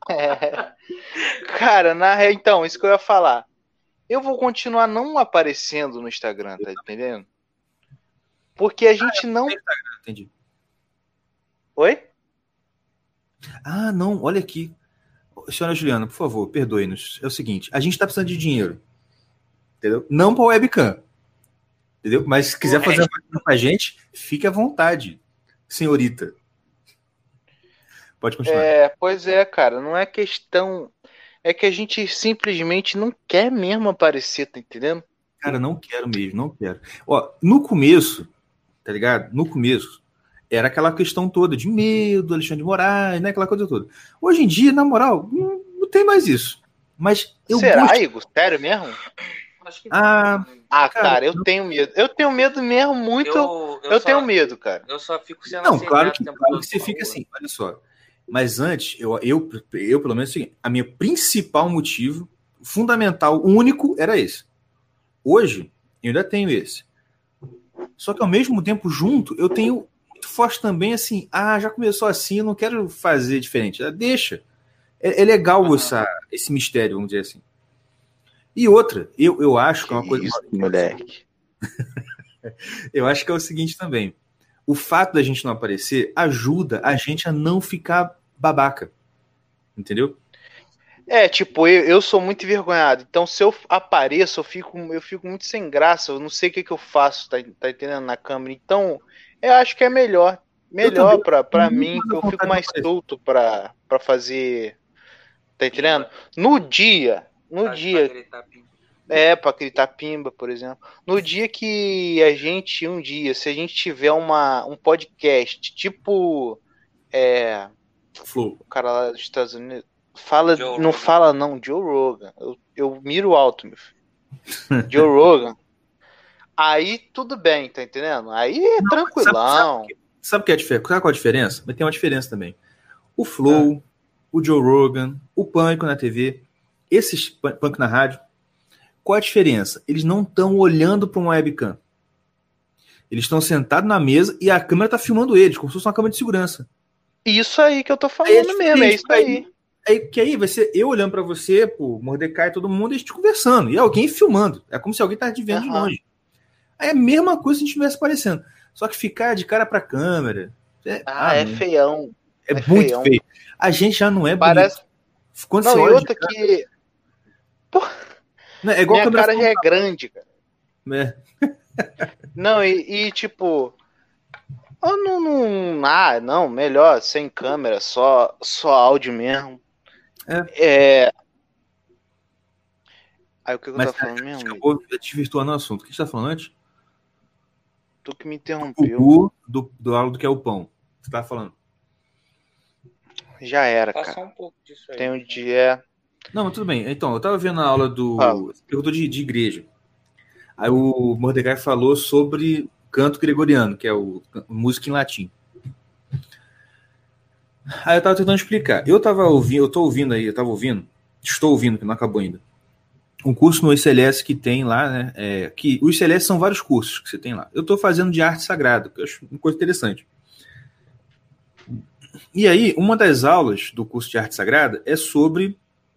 Cara, então, isso que eu ia falar. Eu vou continuar não aparecendo no Instagram, tá entendendo? Porque a gente não. Entendi. Oi? Não, olha aqui. Senhora Juliana, por favor, perdoe-nos. É o seguinte, a gente tá precisando de dinheiro. Entendeu? Não pra webcam. Entendeu? Mas se quiser fazer uma coisa com a gente, fique à vontade, senhorita. Pode continuar. Pois é, cara. Não é questão. É que a gente simplesmente não quer mesmo aparecer, tá entendendo? Cara, não quero mesmo, não quero. No começo, tá ligado? No começo, era aquela questão toda de medo, Alexandre de Moraes, né? Aquela coisa toda. Hoje em dia, na moral, não tem mais isso. Mas Será, Igor? Sério mesmo? Acho que cara, eu tenho medo. Eu tenho medo mesmo, muito. Eu tenho medo, cara. Eu só fico sendo Não, assim, claro que você fica assim, olha só. Mas antes, eu pelo menos, assim, a minha principal motivo, fundamental, único, era esse. Hoje, eu ainda tenho esse. Só que ao mesmo tempo, junto, eu tenho muito forte também, assim, já começou assim, eu não quero fazer diferente. Deixa. É legal esse mistério, vamos dizer assim. E outra, eu acho que é uma coisa... Isso, moleque. Eu acho que é o seguinte também. O fato da gente não aparecer ajuda a gente a não ficar babaca. Entendeu? Tipo, eu sou muito envergonhado. Então, se eu apareço, eu fico muito sem graça. Eu não sei o que eu faço, tá entendendo? Na câmera. Então, eu acho que é melhor pra mim, que eu fico mais solto pra fazer. Tá entendendo? No dia. Pra gritar pimba, por exemplo. No dia que se a gente tiver um podcast, tipo. Flow. O cara lá dos Estados Unidos. Joe Rogan. Eu miro alto, meu filho. Joe Rogan. Aí tudo bem, tá entendendo? Aí é tranquilão. Sabe qual é a diferença? Mas tem uma diferença também. O Flow, o Joe Rogan, o Pânico na TV, esses Pânico na rádio, Qual a diferença? Eles não estão olhando para uma webcam. Eles estão sentados na mesa e a câmera está filmando eles, como se fosse uma câmera de segurança. Isso aí que eu tô falando mesmo, é isso aí. Aí vai ser eu olhando para você, pô, Mordecai, todo mundo, e a gente conversando. E alguém filmando. É como se alguém estivesse te vendo de longe. Aí é a mesma coisa se a gente estivesse aparecendo. Só que ficar de cara pra câmera... é feião. É muito feião. Feio. A gente já não é Parece... bonito. Quando não, você e olha outra que... Pô, não, é igual minha cara já é grande, cara. É. Não, e tipo... Eu não, melhor, sem câmera, só áudio mesmo. Aí o que eu tava falando mesmo? Acabou desvirtuando o assunto. O que você tá falando antes? Tu que me interrompeu. O do aula do que é o pão. Você tava falando. Já era, Passa cara. um pouco disso aí. Tem um dia... Não, mas tudo bem. Então, eu tava vendo a aula do... Perguntou de igreja. Aí o Mordecai falou sobre canto gregoriano, que é o música em latim. Aí eu tava tentando explicar. Estou ouvindo, que não acabou ainda. Um curso no ICLS que tem lá, né? Que o ICLS são vários cursos que você tem lá. Eu estou fazendo de arte sagrada, que eu acho uma coisa interessante. E aí, uma das aulas do curso de arte sagrada é sobre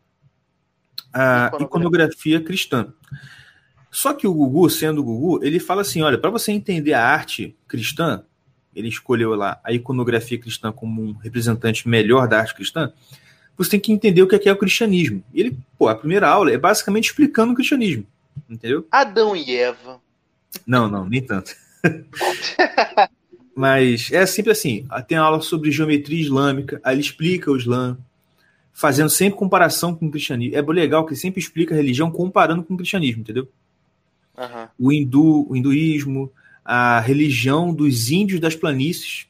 a iconografia cristã. Só que o Gugu, sendo o Gugu, ele fala assim, olha, para você entender a arte cristã, ele escolheu lá a iconografia cristã como um representante melhor da arte cristã, você tem que entender o que é o cristianismo. E ele, a primeira aula é basicamente explicando o cristianismo, entendeu? Adão e Eva. Não, nem tanto. Mas é sempre assim, tem aula sobre geometria islâmica, aí ele explica o Islã, fazendo sempre comparação com o cristianismo. É legal que ele sempre explica a religião comparando com o cristianismo, entendeu? O hinduísmo, a religião dos índios das planícies.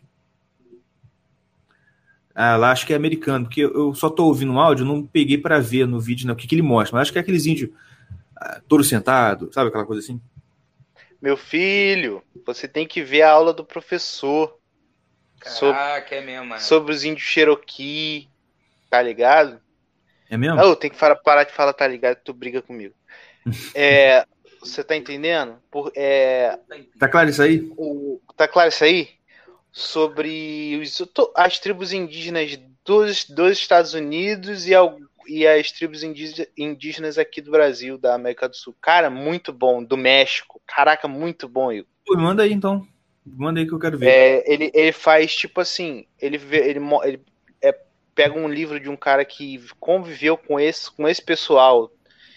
Lá acho que é americano, porque eu só tô ouvindo o áudio, não peguei para ver no vídeo, né, o que ele mostra, mas acho que é aqueles índios touro sentado, sabe aquela coisa assim? Meu filho, você tem que ver a aula do professor. Caraca, é mesmo, mano. Sobre os índios Cherokee, tá ligado? É mesmo? Não, tem que parar de falar tá ligado, que tu briga comigo. Você tá entendendo? Tá claro isso aí? Tá claro isso aí? Sobre as tribos indígenas dos Estados Unidos e as tribos indígenas aqui do Brasil, da América do Sul. Cara, muito bom. Do México. Caraca, muito bom, Igor. Pô, manda aí então. Manda aí que eu quero ver. Ele faz tipo assim, ele pega um livro de um cara que conviveu com esse pessoal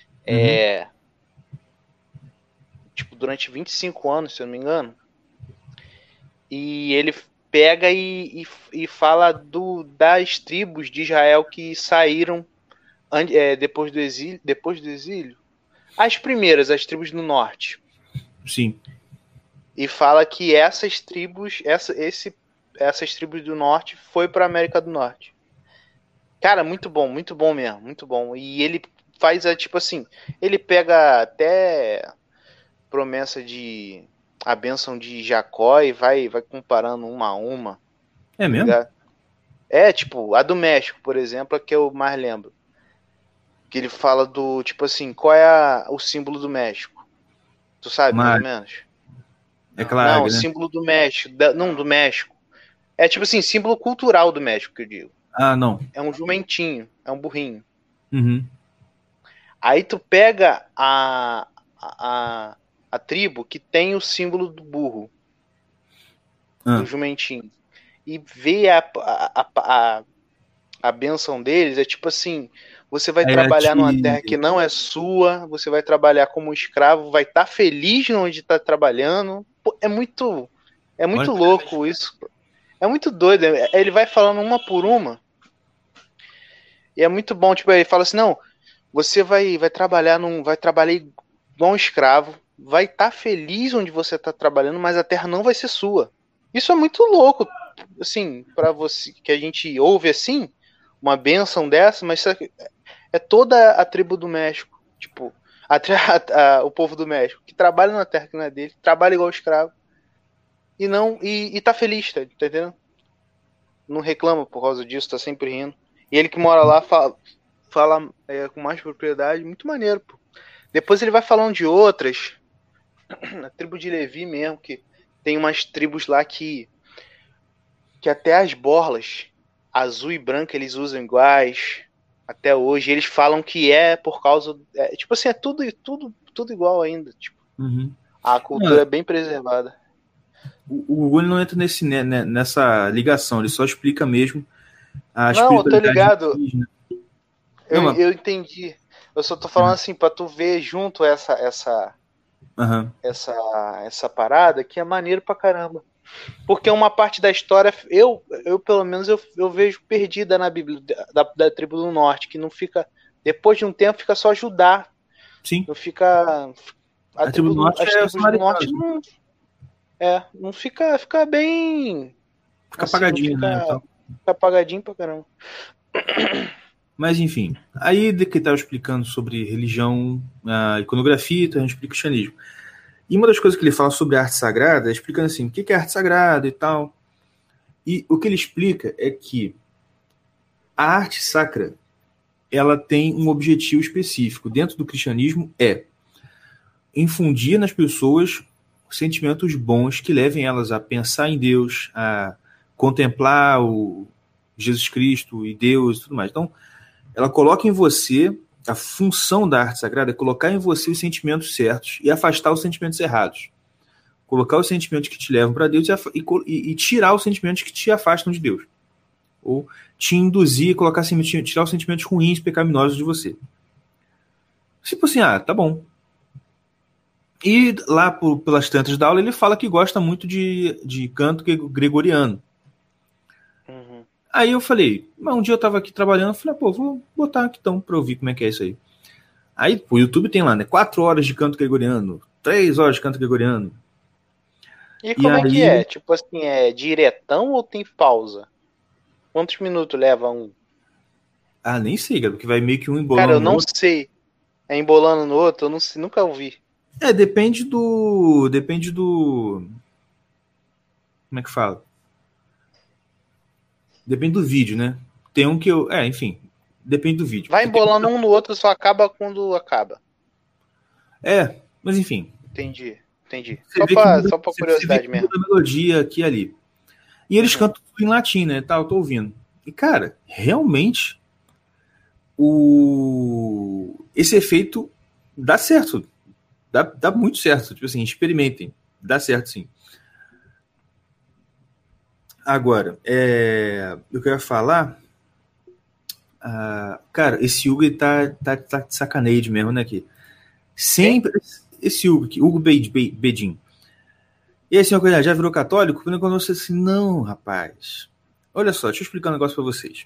tipo, durante 25 anos, se eu não me engano. E ele pega e fala das tribos de Israel que saíram depois do exílio. As tribos do norte. Sim. E fala que essas tribos do norte foi para a América do Norte. Cara, muito bom mesmo, muito bom. E ele faz tipo assim, ele pega até promessa de a bênção de Jacó e vai comparando uma a uma. É mesmo? Tipo, a do México, por exemplo, é que eu mais lembro. Que ele fala do, tipo assim, qual é o símbolo do México? Tu sabe, mais ou menos? É claro. Não, o símbolo do México. Do México. É tipo assim, símbolo cultural do México, que eu digo. Não. É um jumentinho, é um burrinho. Uhum. Aí tu pega a tribo que tem o símbolo do burro, do jumentinho, e vê a bênção deles, é tipo assim, você vai trabalhar numa terra que não é sua, você vai trabalhar como escravo, vai estar feliz onde está trabalhando. Pô, é muito louco isso. É muito doido. Ele vai falando uma por uma. E é muito bom, tipo, ele fala assim, não, você vai trabalhar igual um escravo, vai estar feliz onde você está trabalhando, mas a terra não vai ser sua. Isso é muito louco, assim, para você, que a gente ouve assim, uma bênção dessa, mas isso é toda a tribo do México, tipo, o povo do México, que trabalha na terra que não é dele, trabalha igual escravo, e tá feliz, tá entendendo? Não reclama por causa disso, tá sempre rindo. E ele que mora lá fala com mais propriedade, muito maneiro, pô. Depois ele vai falando de outras. Na tribo de Levi mesmo, que tem umas tribos lá que até as borlas, azul e branca, eles usam iguais. Até hoje. Eles falam que é por causa... tipo assim, é tudo igual ainda. Tipo, a cultura é bem preservada. O Google não entra nessa ligação, ele só explica mesmo a Não, eu tô ligado. indígena. Eu entendi. Eu só tô falando assim, pra tu ver junto essa parada, que é maneiro pra caramba. Porque uma parte da história, eu pelo menos, eu vejo perdida na Bíblia da tribo do norte, que não fica... Depois de um tempo, fica só Judá. Sim. Não fica... A tribo do norte não fica bem... Fica apagadinho, né? Fica apagadinho pra caramba. Mas, enfim. Aí, que estava explicando sobre religião, a iconografia, então a gente explica o cristianismo. E uma das coisas que ele fala sobre a arte sagrada, explicando assim, o que é arte sagrada e tal. E o que ele explica é que a arte sacra, ela tem um objetivo específico. Dentro do cristianismo é infundir nas pessoas sentimentos bons que levem elas a pensar em Deus, a contemplar o Jesus Cristo e Deus e tudo mais. Então, ela coloca em você, a função da arte sagrada é colocar em você os sentimentos certos e afastar os sentimentos errados. Colocar os sentimentos que te levam para Deus e tirar os sentimentos que te afastam de Deus. Ou te induzir, tirar os sentimentos ruins, pecaminosos de você. Tipo assim, tá bom. E lá pelas tantas da aula ele fala que gosta muito de canto gregoriano. Aí eu falei, mas um dia eu tava aqui trabalhando, falei, vou botar aqui então pra ouvir como é que é isso aí. Aí o YouTube tem lá, né, 4 horas de canto gregoriano, 3 horas de canto gregoriano. E como é que é? Tipo assim, é diretão ou tem pausa? Quantos minutos leva um? Nem sei, cara, porque vai meio que um embolando. Cara, eu não sei. É embolando no outro? Eu não sei, nunca ouvi. Depende do... Como é que fala? Depende do vídeo, né? Tem um que eu... enfim, depende do vídeo. Vai embolando um no outro, só acaba quando acaba. Mas enfim. Entendi. Só pra curiosidade mesmo. Muda a melodia aqui e ali. E eles cantam tudo em latim, né? Eu tô ouvindo. E, cara, realmente esse efeito dá certo. Dá muito certo. Tipo assim, experimentem. Dá certo, sim. Agora, eu queria falar... cara, esse Hugo tá de sacaneio mesmo, né? Aqui. Sempre... Esse Hugo aqui, Hugo Bedin. E assim, uma coisa, já virou católico? Quando eu conheço assim, não, rapaz. Olha só, deixa eu explicar um negócio pra vocês.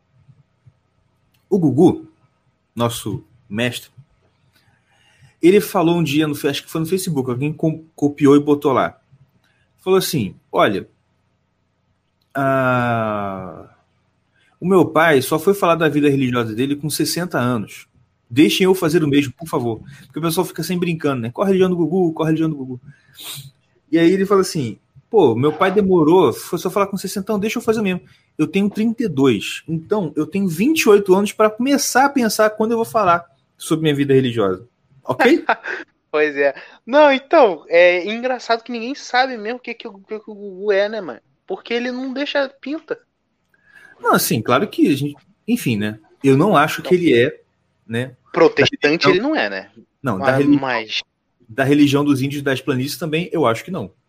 O Gugu, nosso mestre, ele falou um dia, acho que foi no Facebook, alguém copiou e botou lá. Falou assim, olha, o meu pai só foi falar da vida religiosa dele com 60 anos. Deixem eu fazer o mesmo, por favor. Porque o pessoal fica sempre brincando, né? Qual a religião do Gugu? Qual a religião do Gugu? E aí ele fala assim, meu pai demorou, foi só falar com 60 anos, deixa eu fazer o mesmo. Eu tenho 32, então eu tenho 28 anos para começar a pensar quando eu vou falar sobre minha vida religiosa. Ok? Pois é. Não, então, é engraçado que ninguém sabe mesmo o que o Gugu é, né, mano? Porque ele não deixa pinta. Não, assim, claro que a gente... Enfim, né? Eu não acho que ele é, né? Protestante ele não é, né? Não, mas... da religião dos índios das planícies também, eu acho que não.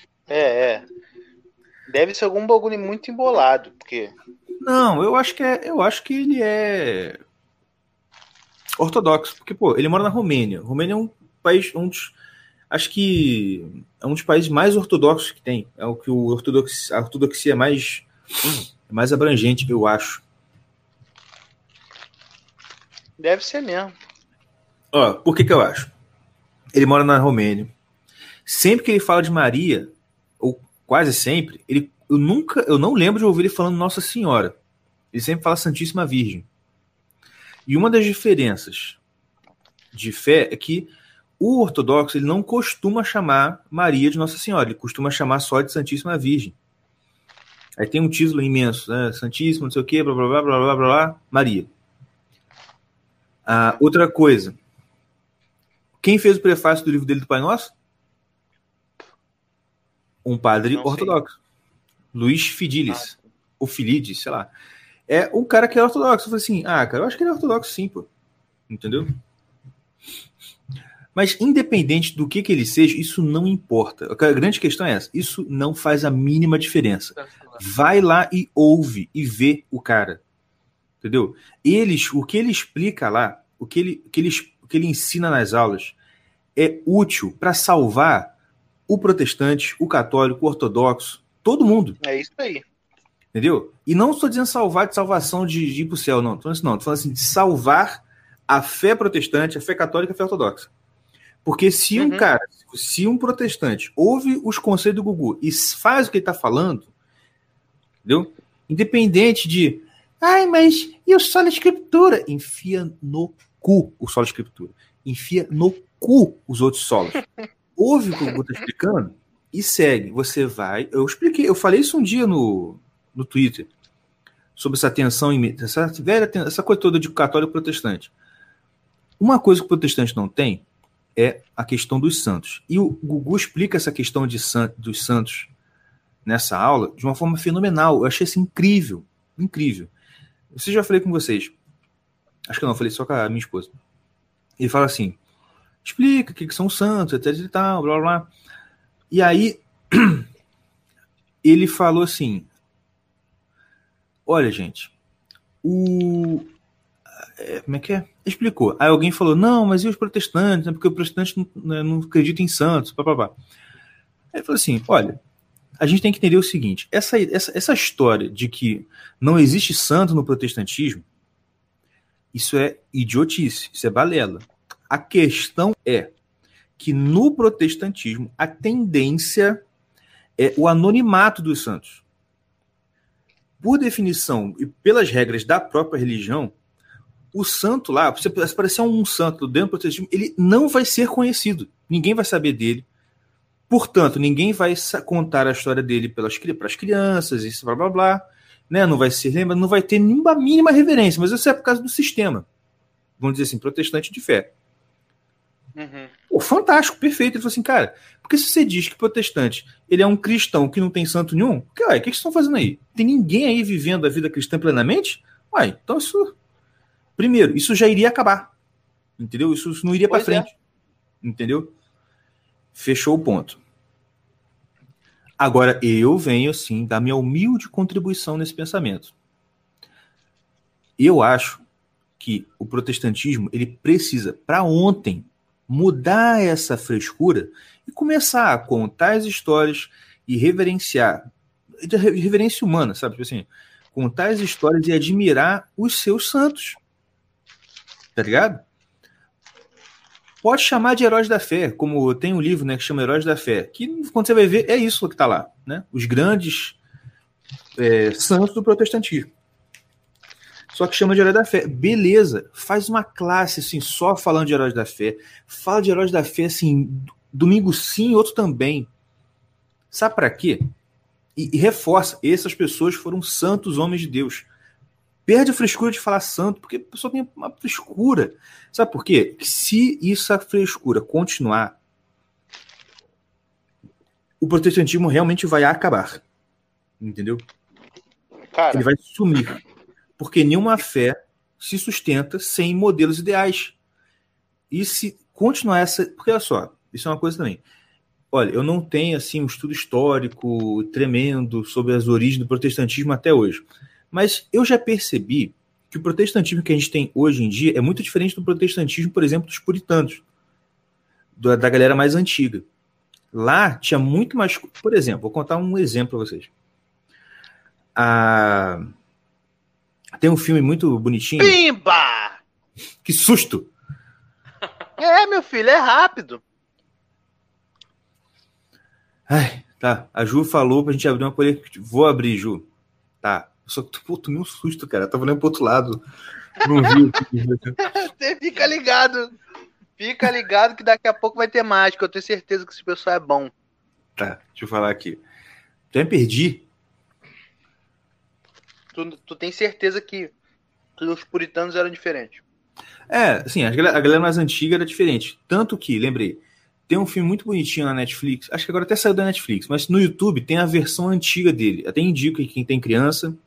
Deve ser algum bagulho muito embolado, porque... Não, eu acho que ele é ortodoxo, porque, ele mora na Romênia. Romênia é um país, acho que é um dos países mais ortodoxos que tem. É o que a ortodoxia é mais abrangente, eu acho. Deve ser mesmo. Por que eu acho? Ele mora na Romênia. Sempre que ele fala de Maria, ou quase sempre, eu não lembro de ouvir ele falando Nossa Senhora. Ele sempre fala Santíssima Virgem. E uma das diferenças de fé é que o ortodoxo ele não costuma chamar Maria de Nossa Senhora, ele costuma chamar só de Santíssima Virgem. Aí tem um título imenso, né? Santíssima, não sei o quê, blá, blá, blá, blá, blá, blá, Maria. Outra coisa, Quem fez o prefácio do livro dele do Pai Nosso? Um padre ortodoxo. Luiz Fidilis. Ou Filides, sei lá. É um cara que é ortodoxo. Eu falei assim, cara, eu acho que ele é ortodoxo sim, pô. Entendeu? Mas independente do que ele seja, isso não importa. A grande questão é essa. Isso não faz a mínima diferença. Vai lá e ouve e vê o cara. Entendeu? O que ele explica lá, o que ele ensina nas aulas é útil para salvar o protestante, o católico, o ortodoxo, todo mundo. É isso aí. Entendeu? E não estou dizendo salvar de salvação de ir para o céu, não. Estou falando assim, de salvar a fé protestante, a fé católica e a fé ortodoxa. Porque se se um protestante ouve os conselhos do Gugu e faz o que ele está falando, entendeu? Independente de, mas e o Sola Escritura? Enfia no cu o Sola Escritura. Enfia no cu os outros solos. Ouve o que o Gugu está explicando e segue. Você vai... Eu falei isso um dia no Twitter, sobre essa tensão, essa coisa toda de católico e protestante. Uma coisa que o protestante não tem é a questão dos santos. E o Gugu explica essa questão dos santos nessa aula de uma forma fenomenal. Eu achei isso incrível. Incrível. Eu já falei com vocês. Acho que não, falei só com a minha esposa. Ele fala assim, explica o que são santos, etc e tal, blá, blá, blá. E aí, ele falou assim, olha, gente, como é que é? Explicou. Aí alguém falou, não, mas e os protestantes? Porque o protestante não acredita em santos, papapá. Aí ele falou assim, olha, a gente tem que entender o seguinte, essa história de que não existe santo no protestantismo, isso é idiotice, isso é balela. A questão é que no protestantismo a tendência é o anonimato dos santos. Por definição e pelas regras da própria religião, o santo lá, se aparecer um santo dentro do protestantismo, ele não vai ser conhecido. Ninguém vai saber dele. Portanto, ninguém vai contar a história dele para as crianças, isso blá blá blá. Né? Não vai ser lembrado, não vai ter nenhuma mínima reverência, mas isso é por causa do sistema. Vamos dizer assim, protestante de fé. Uhum. Pô, fantástico, perfeito. Ele falou assim, cara, porque se você diz que protestante ele é um cristão que não tem santo nenhum, o que vocês estão fazendo aí? Tem ninguém aí vivendo a vida cristã plenamente? Então isso... Primeiro, isso já iria acabar. Entendeu? Isso não iria para frente. Entendeu? Fechou o ponto. Agora, eu venho, assim, dar minha humilde contribuição nesse pensamento. Eu acho que o protestantismo, ele precisa, para ontem, mudar essa frescura e começar a contar as histórias e reverenciar, de reverência humana, sabe? Tipo assim, contar as histórias e admirar os seus santos. Tá ligado? Pode chamar de heróis da fé, como tem um livro, né, que chama Heróis da Fé, que quando você vai ver, é isso que tá lá, né? Os grandes santos do protestantismo. Só que chama de Heróis da Fé. Beleza, faz uma classe assim, só falando de Heróis da Fé. Fala de Heróis da Fé assim, domingo sim, outro também. Sabe para quê? E reforça, essas pessoas foram santos homens de Deus. Perde a frescura de falar santo, porque a pessoa tem uma frescura. Sabe por quê? Se essa frescura continuar, o protestantismo realmente vai acabar. Entendeu? Cara, ele vai sumir. Porque nenhuma fé se sustenta sem modelos ideais. E se continuar essa... Porque olha só, isso é uma coisa também. Olha, eu não tenho assim um estudo histórico tremendo sobre as origens do protestantismo até hoje. Mas eu já percebi que o protestantismo que a gente tem hoje em dia é muito diferente do protestantismo, por exemplo, dos puritanos, da galera mais antiga. Lá tinha muito mais... Por exemplo, vou contar um exemplo para vocês. Tem um filme muito bonitinho. Pimba! Que susto! Meu filho, é rápido. Ai, tá. A Ju falou pra gente abrir uma colher. Vou abrir, Ju. Tá. Só que tomei um susto, cara. Eu tava olhando pro outro lado. Não vi. Você fica ligado. Fica ligado que daqui a pouco vai ter mágica. Eu tenho certeza que esse pessoal é bom. Tá, deixa eu falar aqui. Já me perdi. Tu tem certeza que os puritanos eram diferentes? Assim, a galera mais antiga era diferente. Tanto que, lembrei, tem um filme muito bonitinho na Netflix, acho que agora até saiu da Netflix, mas no YouTube tem a versão antiga dele. Até indico que quem tem criança,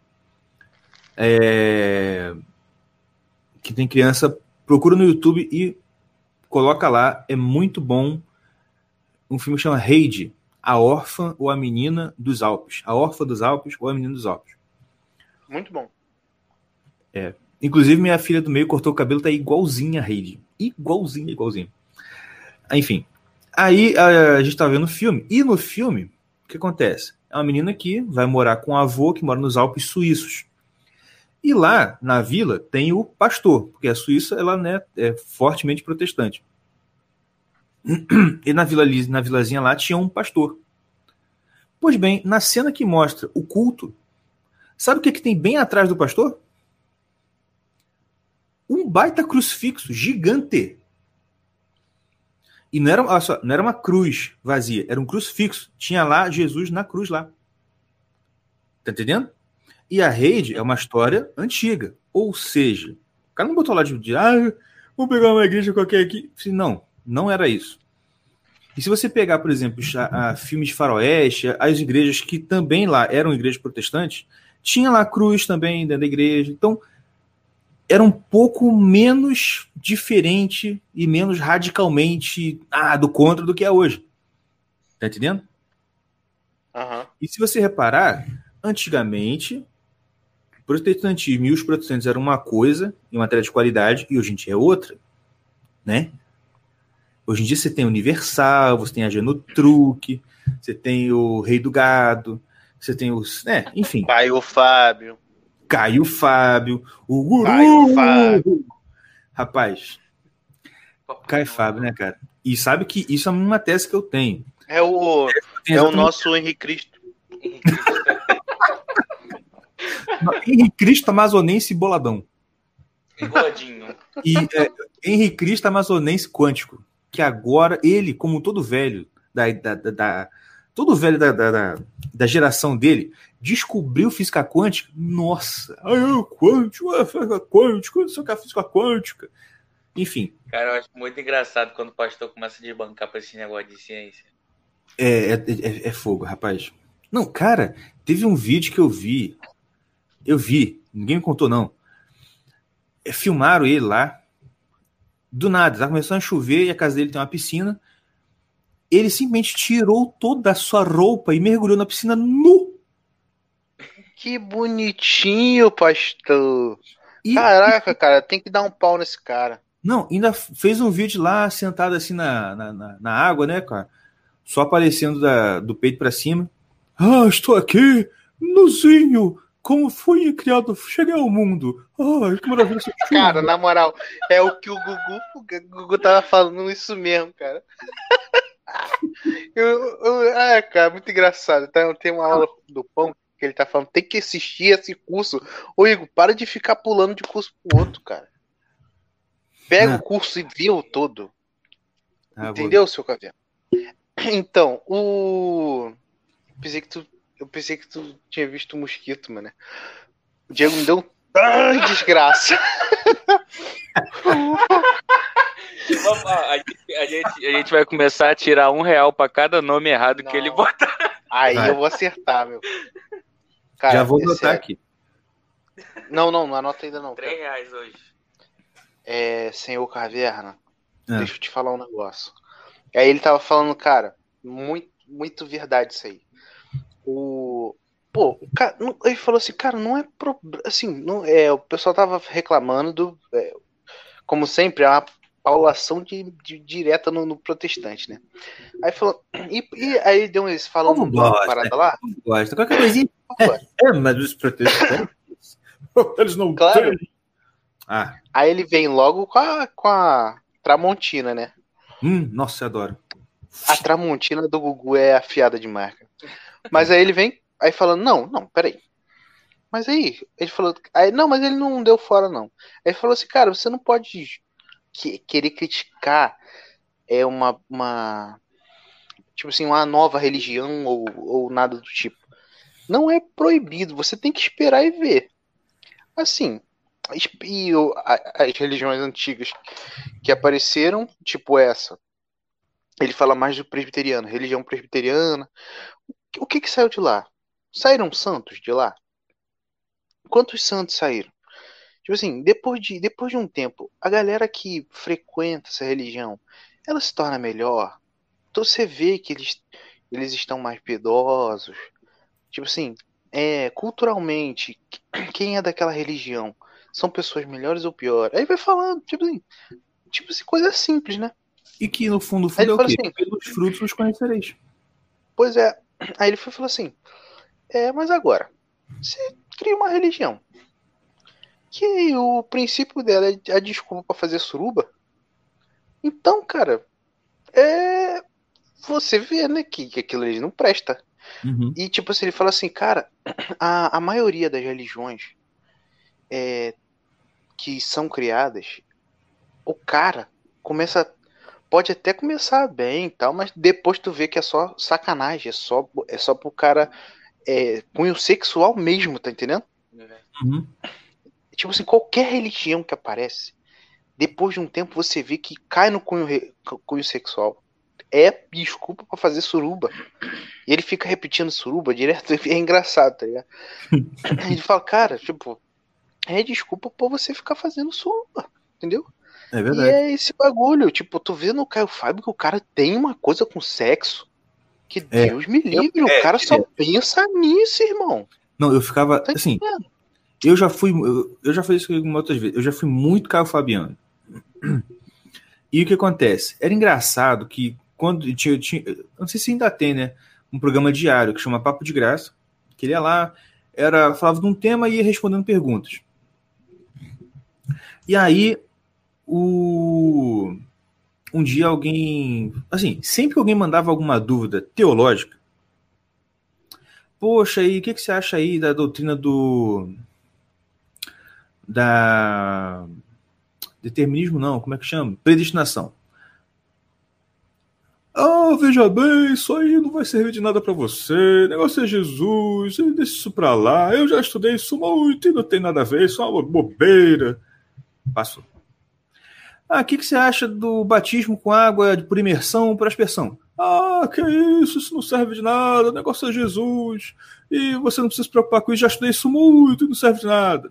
procura no YouTube e coloca lá, é muito bom. Um filme que chama Heidi, A Órfã ou a Menina dos Alpes. A Órfã dos Alpes ou a Menina dos Alpes. Muito bom. Inclusive, minha filha do meio cortou o cabelo, tá igualzinha a Heidi. Igualzinha. Enfim. Aí a gente tá vendo o filme. E no filme, o que acontece? É uma menina que vai morar com um avô que mora nos Alpes suíços. E lá, na vila, tem o pastor, porque a Suíça, ela, né, é fortemente protestante. E na vilazinha lá tinha um pastor. Pois bem, na cena que mostra o culto, sabe o que tem bem atrás do pastor? Um baita crucifixo gigante. E não era uma cruz vazia, era um crucifixo. Tinha lá Jesus na cruz lá. Tá entendendo? E a Heidi é uma história antiga. Ou seja, o cara não botou lá de vou pegar uma igreja qualquer aqui. Não era isso. E se você pegar, por exemplo, filmes de faroeste, as igrejas que também lá eram igrejas protestantes, tinha lá cruz também dentro da igreja. Então, era um pouco menos diferente e menos radicalmente do contra do que é hoje. Tá entendendo? Uhum. E se você reparar, antigamente, o protestantismo e os protestantes eram uma coisa em matéria de qualidade e hoje em dia é outra, né? Hoje em dia você tem o Universal, você tem a Genotruque, você tem o Rei do Gado, você tem os... enfim. Caio Fábio, o Guru! Caio Fábio. Rapaz, Caio Fábio, né, cara? E sabe que isso é uma tese que eu tenho. É o nosso Henrique Cristo. Henrique Cristo amazonense boladão. Bigodinho. E Henrique Cristo amazonense quântico. Que agora ele, como todo velho da geração dele, descobriu física quântica. Nossa, física quântica, não sei o que é física quântica. Enfim. Cara, eu acho muito engraçado quando o pastor começa a desbancar pra esse negócio de ciência. É fogo, rapaz. Não, cara, teve um vídeo que eu vi, ninguém me contou não. Filmaram ele lá, do nada, tá começando a chover e a casa dele tem uma piscina. Ele simplesmente tirou toda a sua roupa e mergulhou na piscina nu. Que bonitinho, pastor. Caraca, cara, tem que dar um pau nesse cara. Não, ainda fez um vídeo lá, sentado assim na água, né, cara? Só aparecendo do peito pra cima. Estou aqui, nuzinho. Como fui criado, cheguei ao mundo. Que maravilha. Cara, na moral, é o que o Gugu tava falando isso mesmo, cara. Cara, muito engraçado. Tem uma aula do Pão que ele tá falando, tem que assistir esse curso. Ô, Igor, para de ficar pulando de curso pro outro, cara. Pega o curso e vê o todo. Entendeu, seu Caverna? Então, eu pensei que tu tinha visto o mosquito, mano. O Diego me deu desgraça. A gente vai começar a tirar R$1 pra cada nome errado que ele botar. Aí eu vou acertar, meu. Cara, já vou anotar aqui. Não anota ainda não. R$3 hoje. Senhor Caverna, deixa eu te falar um negócio. Aí ele tava falando, cara, muito verdade isso aí. O cara, ele falou assim, cara, não é assim, o pessoal tava reclamando como sempre, é uma paulação direta no protestante, né? Aí falou, e aí deu eles falando uma parada lá. Gosta, qualquer coisinha. Mas os protestantes, eles não têm. Aí ele vem logo com a Tramontina, né? Nossa, eu adoro. A Tramontina do Gugu é afiada de marca. Mas aí ele vem, aí falando, não, peraí. Mas aí, ele falou, mas ele não deu fora, não. Aí ele falou assim, cara, você não pode querer criticar tipo assim, uma nova religião ou nada do tipo. Não é proibido, você tem que esperar e ver. Assim, as religiões antigas que apareceram, tipo essa. Ele fala mais do presbiteriano, religião presbiteriana. O que saiu de lá? Saíram santos de lá? Quantos santos saíram? Tipo assim, depois de um tempo, a galera que frequenta essa religião, ela se torna melhor. Então você vê que eles estão mais piedosos. Tipo assim, culturalmente, quem é daquela religião são pessoas melhores ou piores? Aí vai falando, tipo assim, coisa simples, né? E que no fundo Aí ele é o fala quê? assim, Pelos frutos os conhecereis. pois é. Aí ele falou assim, mas agora, você cria uma religião que o princípio dela é a desculpa pra fazer suruba. Então, cara, você vê, né, que aquilo ali não presta. Uhum. E tipo assim, ele fala assim, cara, a maioria das religiões que são criadas, o cara pode até começar bem e tal, mas depois tu vê que é só sacanagem, é só pro cara cunho sexual mesmo, tá entendendo? Uhum. Tipo assim, qualquer religião que aparece, depois de um tempo você vê que cai no cunho sexual. É desculpa pra fazer suruba. E ele fica repetindo suruba direto, é engraçado, tá ligado? Ele fala, cara, tipo, é desculpa pra você ficar fazendo suruba, entendeu? É E verdade. é esse bagulho, tipo, tu vê no Caio Fábio que o cara tem uma coisa com sexo que Deus me livre, o cara só pensa nisso, irmão. Não, eu ficava, Tá assim, entendendo? eu já falei isso algumas outras vezes, eu já fui muito Caio Fabiano. E o que acontece? Era engraçado que quando tinha, não sei se ainda tem, né, um programa diário que chama Papo de Graça, que ele ia lá, falava de um tema e ia respondendo perguntas. E aí, um dia alguém, assim, sempre que alguém mandava alguma dúvida teológica, poxa, aí, o que você acha aí da doutrina da determinismo, não, como é que chama? Predestinação. Veja bem, isso aí não vai servir de nada para você, o negócio é Jesus, deixa isso pra lá, eu já estudei isso muito e não tem nada a ver, isso é uma bobeira. Passou. O que você acha do batismo com água por imersão por aspersão? Que isso não serve de nada, o negócio é Jesus, e você não precisa se preocupar com isso, já estudei isso muito e não serve de nada.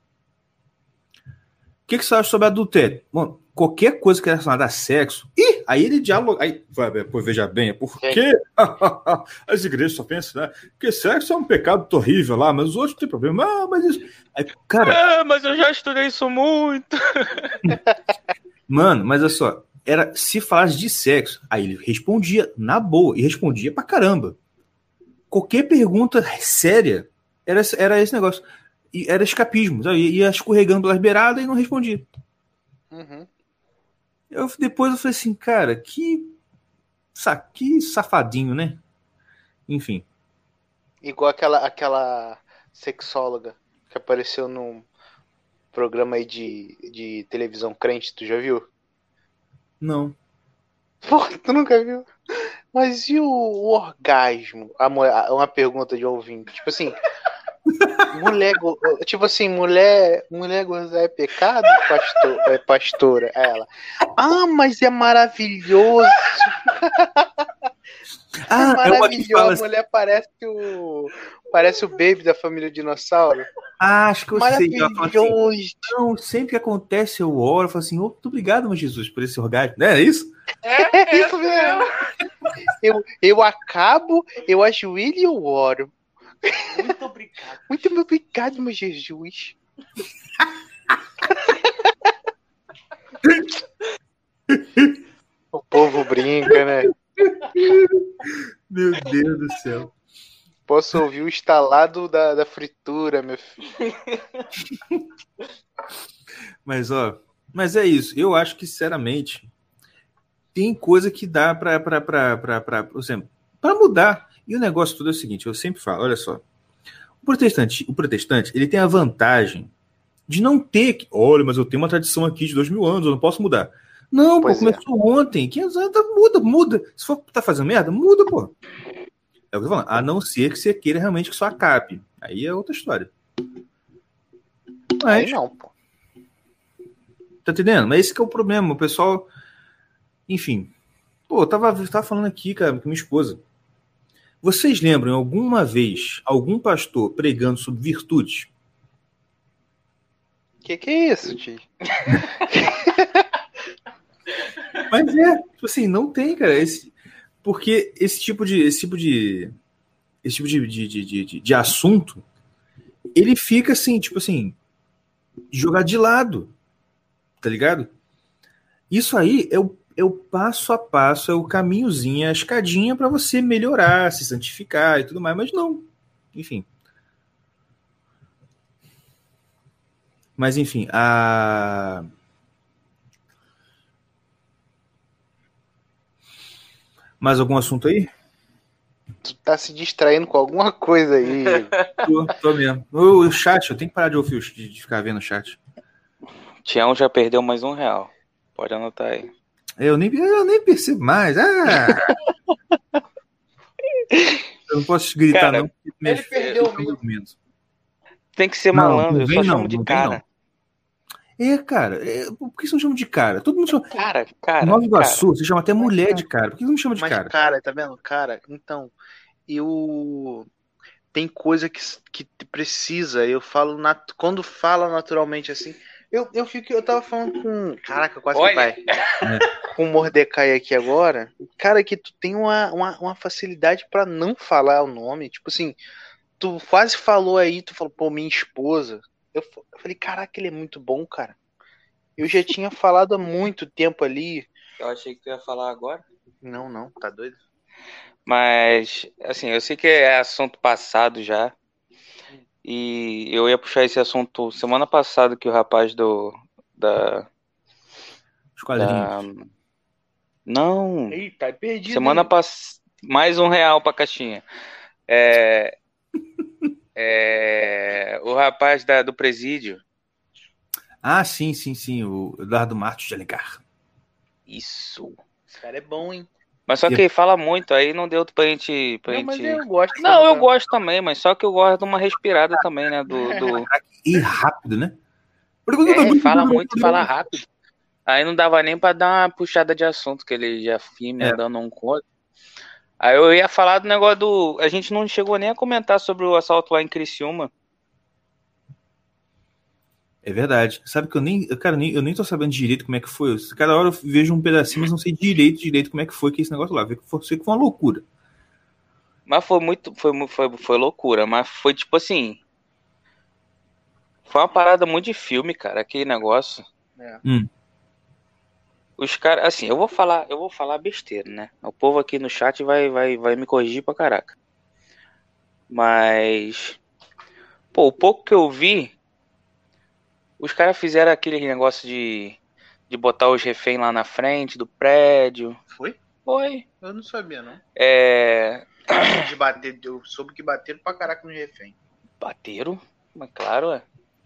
O que você acha sobre adultério? Bom, qualquer coisa que é relacionada a sexo, aí ele dialoga, pois veja bem, é porque as igrejas só pensam, né? Porque sexo é um pecado horrível lá, mas os outros não tem problema. Mas isso. Aí, cara. Mas eu já estudei isso muito. Mano, mas olha só, se falasse de sexo, aí ele respondia na boa, e respondia pra caramba. Qualquer pergunta séria era esse negócio. E era escapismo, sabe? Ia escorregando pelas beiradas e não respondia. Uhum. Depois eu falei assim, cara, que safadinho, né? Enfim. Igual aquela sexóloga que apareceu num programa aí de televisão crente, tu já viu? Não. Porra, tu nunca viu? Mas e o orgasmo? Uma pergunta de ouvinte. Tipo assim, mulher gozar é pecado, pastora? Ela. Mas é maravilhoso. Maravilhoso. A mulher parece o Baby da família Dinossauro. Acho que eu sei. Maravilhoso. Não, sempre que acontece eu oro, eu falo assim, muito obrigado, meu Jesus, por esse orgasmo. Não é isso? É isso mesmo. Eu acabo, eu ajoelho e eu oro. Muito obrigado. Muito obrigado, meu Jesus. O povo brinca, né? Meu Deus do céu. Posso ouvir o estalado da fritura, meu filho. Mas é isso. Eu acho que, sinceramente, tem coisa que dá por exemplo, para mudar. E o negócio todo é o seguinte, eu sempre falo, olha só. O protestante, ele tem a vantagem de não ter que, olha, mas eu tenho uma tradição aqui de 2000 anos, eu não posso mudar. Não, pô, começou ontem, 500 anos, muda. Se for tá fazendo merda, muda, pô. É o que eu tô falando. A não ser que você queira realmente que só acabe. Aí é outra história. Aí não, pô. Tá entendendo? Mas esse que é o problema, o pessoal... Enfim. Pô, eu tava falando aqui, cara, com minha esposa. Vocês lembram alguma vez algum pastor pregando sobre virtudes? Que é isso, tio? Mas tipo assim, não tem, cara. Porque esse tipo de assunto, ele fica assim, tipo assim, jogado de lado, tá ligado? Isso aí é o passo a passo, é o caminhozinho, a escadinha para você melhorar, se santificar e tudo mais, mas não. Enfim. Mas enfim, mais algum assunto aí? Tu tá se distraindo com alguma coisa aí. Tô mesmo. O chat, eu tenho que parar de ficar vendo o chat. Tião já perdeu mais R$1. Pode anotar aí. Eu nem percebo mais. Eu não posso gritar, cara, não. Ele perdeu mesmo. Tem que ser malandro, eu só chamo de cara. Cara, por que você não chama de cara? Todo mundo chama. Cara. Nova Iguaçu, você chama até mulher de cara. Por que você não chama de cara? Mas, cara, tá vendo? Cara, então, tem coisa que precisa, eu falo, quando fala naturalmente assim, eu tava falando com, caraca, quase que vai, com o Mordecai aqui agora, cara, que tu tem uma facilidade pra não falar o nome, tipo assim, tu quase falou aí, tu falou, pô, minha esposa, eu falei, caraca, ele é muito bom, cara, eu já tinha falado há muito tempo ali. Eu achei que tu ia falar agora. Não, tá doido? Mas, assim, eu sei que é assunto passado já. E eu ia puxar esse assunto semana passada que o rapaz Os quadrinhos. Não. Eita, perdido. Semana passada. Mais R$1 pra caixinha. O rapaz do presídio. Ah, sim. O Eduardo Martins de Alencar. Isso. Esse cara é bom, hein? Mas só que ele fala muito, aí não deu pra gente. Mas eu gosto. Não, eu gosto também, mas só que eu gosto de uma respirada também, né? E rápido, né? Fala muito, fala rápido. Aí não dava nem pra dar uma puxada de assunto, que ele já firme, dando um conto. Aí eu ia falar do negócio a gente não chegou nem a comentar sobre o assalto lá em Criciúma. É verdade. Sabe que eu nem tô sabendo direito como é que foi. Cada hora eu vejo um pedacinho, mas não sei direito como é que foi esse negócio lá. Sei que foi uma loucura. Mas foi loucura. Mas foi tipo assim. Foi uma parada muito de filme, cara, aquele negócio. Os caras, assim, eu vou falar besteira, né? O povo aqui no chat vai me corrigir pra caraca. Mas, pô, o pouco que eu vi, os caras fizeram aquele negócio de botar os reféns lá na frente do prédio. Foi? Foi. Eu não sabia, não. De bater, eu soube que bateram pra caraca no refém. Bateram? Mas claro,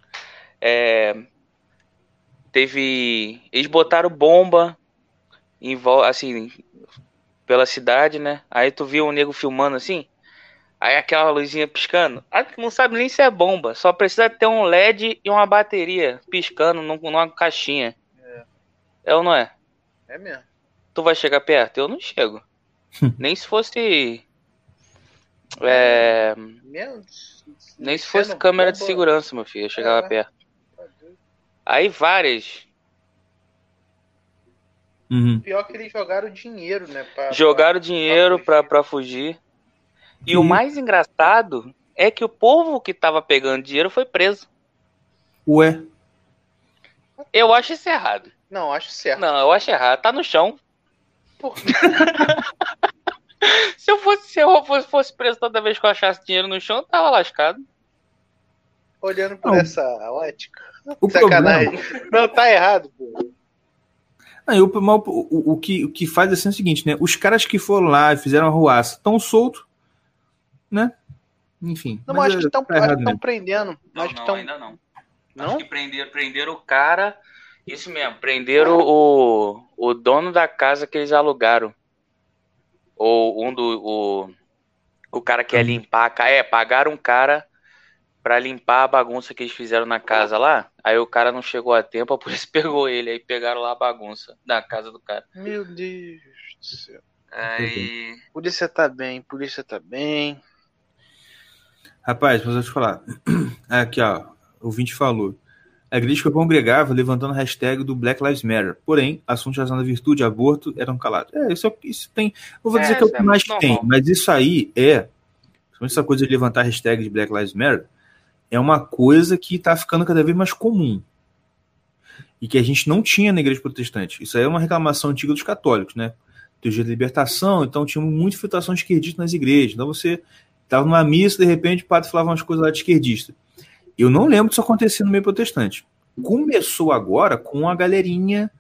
eles botaram bomba assim, pela cidade, né? Aí tu viu um nego filmando assim, aí aquela luzinha piscando. Não sabe nem se é bomba, só precisa ter um LED e uma bateria piscando numa caixinha. É ou não é? É mesmo. Tu vai chegar perto? Eu não chego. Nem se fosse... nem se fosse câmera de segurança, meu filho, eu chegava perto. Aí várias. Pior que eles jogaram dinheiro, né? Jogaram dinheiro pra fugir. E o mais engraçado é que o povo que tava pegando dinheiro foi preso. Ué? Eu acho isso errado. Não, acho certo. Não, eu acho errado. Tá no chão. Porra. Se eu fosse preso toda vez que eu achasse dinheiro no chão, eu tava lascado. Olhando por essa ótica. O sacanagem. Problema... Não, tá errado, pô. O que faz assim é o seguinte, né? Os caras que foram lá e fizeram a ruaça estão soltos, né? Enfim. Não, mas acho que estão prendendo. Não, acho que tão... ainda não. Não? Acho que prenderam o cara. Isso mesmo, prenderam o dono da casa que eles alugaram. Ou o cara que ia limpar. Pagaram um cara pra limpar a bagunça que eles fizeram na casa lá. Aí o cara não chegou a tempo, a polícia pegou ele. Aí pegaram lá a bagunça na casa do cara. Meu Deus do céu. Aí... Polícia tá bem, polícia tá bem. Rapaz, mas eu vou te falar. Aqui, ó. O ouvinte falou. A igreja que eu congregava levantando a hashtag do Black Lives Matter. Porém, assuntos de razão da virtude e aborto eram calados. Isso tem... Não vou dizer que é o que mais tem, mas isso aí essa coisa de levantar a hashtag de Black Lives Matter é uma coisa que está ficando cada vez mais comum. E que a gente não tinha na igreja protestante. Isso aí é uma reclamação antiga dos católicos, né? Teologia da libertação, então tinha muita infiltração esquerdista nas igrejas. Então você estava numa missa, de repente o padre falava umas coisas lá de esquerdista. Eu não lembro disso acontecer no meio protestante. Começou agora com a galerinha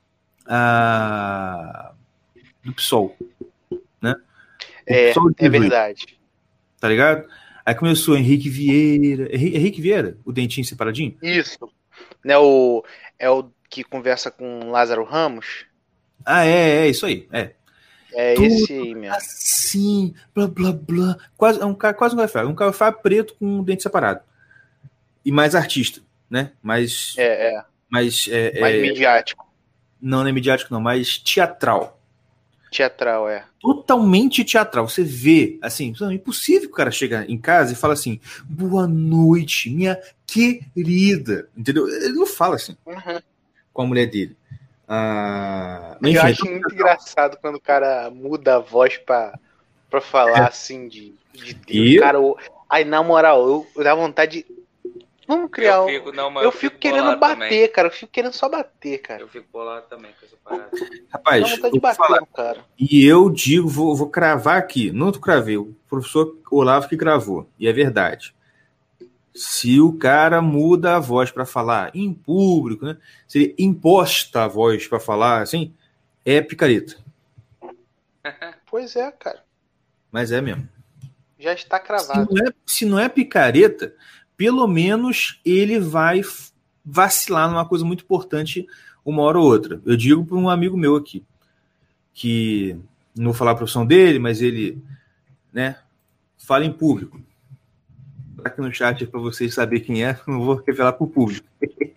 do PSOL, né? É verdade. Tá ligado? Aí começou Henrique Vieira. Henrique Vieira? O dentinho separadinho? Isso. Né, é o que conversa com Lázaro Ramos? É isso aí. É tudo esse aí mesmo. Assim, blá, blá, blá. Quase um Wi-Fi. Um Wi-Fi preto com um dente separado. E mais artista, né? Mais midiático. Não é midiático, não. Mais teatral. Teatral, Totalmente teatral. Você vê, assim, é impossível que o cara chega em casa e fala assim, boa noite, minha querida. Entendeu? Ele não fala assim com a mulher dele. Eu acho muito engraçado quando o cara muda a voz pra falar assim de Deus. Cara, aí, na moral, eu dá vontade de... Vamos criar eu fico querendo bater, também. Cara. Eu fico querendo só bater, cara. Eu fico bolado também com essa parada. Rapaz, dá vontade de bater no cara. E eu digo, vou cravar aqui. Não tu cravei, o professor Olavo que gravou. E é verdade. Se o cara muda a voz para falar em público, né? Se ele imposta a voz para falar assim, é picareta. Pois é, cara. Mas é mesmo. Já está cravado. Se não é picareta, pelo menos ele vai vacilar numa coisa muito importante uma hora ou outra. Eu digo para um amigo meu aqui, que não vou falar a profissão dele, mas ele, né, fala em público. Aqui no chat para vocês saberem quem é, não vou revelar para o público.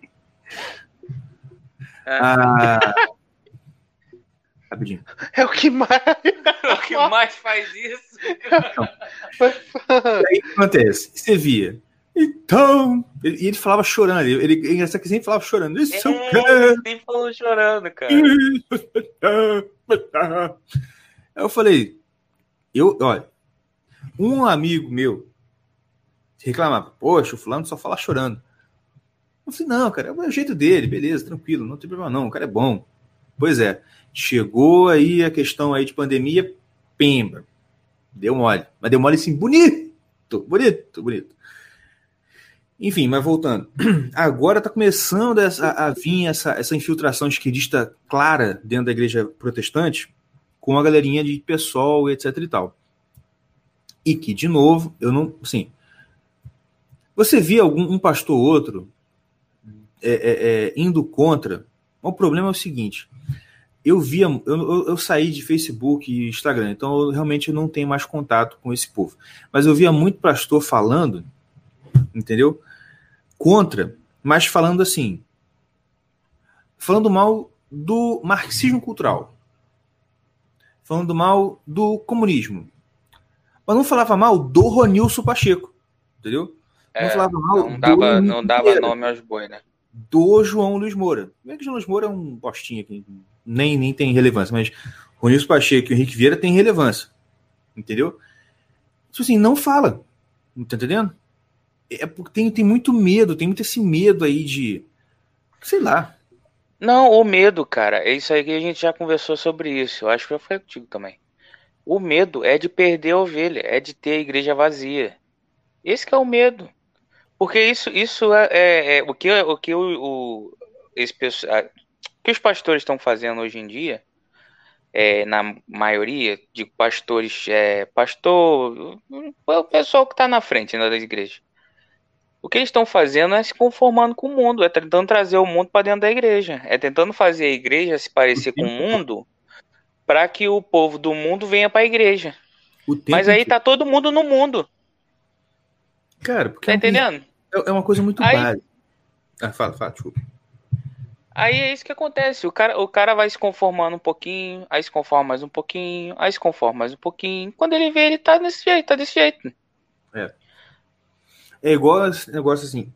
Rapidinho. É o que mais... É o que mais faz isso. Aí o que acontece? Você via. Então, ele falava chorando. Ele engraçado que sempre falava chorando. Ele sempre falou chorando, cara. Aí eu falei, olha, um amigo meu reclamava, poxa, o fulano só fala chorando. Eu falei, não, cara, é o jeito dele, beleza, tranquilo, não tem problema não, o cara é bom. Pois é, chegou aí a questão aí de pandemia, pemba, deu mole, mas deu mole assim, bonito. Enfim, mas voltando. Agora está começando a vir essa infiltração esquerdista clara dentro da igreja protestante com a galerinha de PSOL, etc e tal. E que, de novo, eu não... Assim, você via um pastor ou outro indo contra... O problema é o seguinte... Eu saí de Facebook e Instagram, então eu realmente não tenho mais contato com esse povo. Mas eu via muito pastor falando, entendeu? Contra, mas falando assim, falando mal do marxismo cultural, falando mal do comunismo, mas não falava mal do Ronilson Pacheco, entendeu? Não falava mal não dava nome aos bois, né? Do João Luiz Moura. Como é que o João Luiz Moura é um postinho aqui, nem tem relevância, mas Ronilson Pacheco e o Henrique Vieira tem relevância, entendeu? Tipo assim, não fala, tá entendendo? É porque tem muito medo, tem muito esse medo aí de, sei lá. Não, o medo, cara, é isso aí que a gente já conversou sobre isso, eu acho que já foi contigo também. O medo é de perder a ovelha, é de ter a igreja vazia. Esse que é o medo. Porque isso é o que os pastores estão fazendo hoje em dia, na maioria de pastores, o pessoal que está na frente, né, das igrejas. O que eles estão fazendo é se conformando com o mundo, é tentando trazer o mundo para dentro da igreja, é tentando fazer a igreja se parecer com o mundo para que o povo do mundo venha para a igreja. Mas aí tá todo mundo no mundo. Cara, porque Tá entendendo? é uma coisa muito Aí- básica. Fala, desculpa. Aí é isso que acontece. O cara vai se conformando um pouquinho, aí se conforma mais um pouquinho, aí se conforma mais um pouquinho. Quando ele vê, ele tá desse jeito, tá desse jeito. É igual esse negócio assim.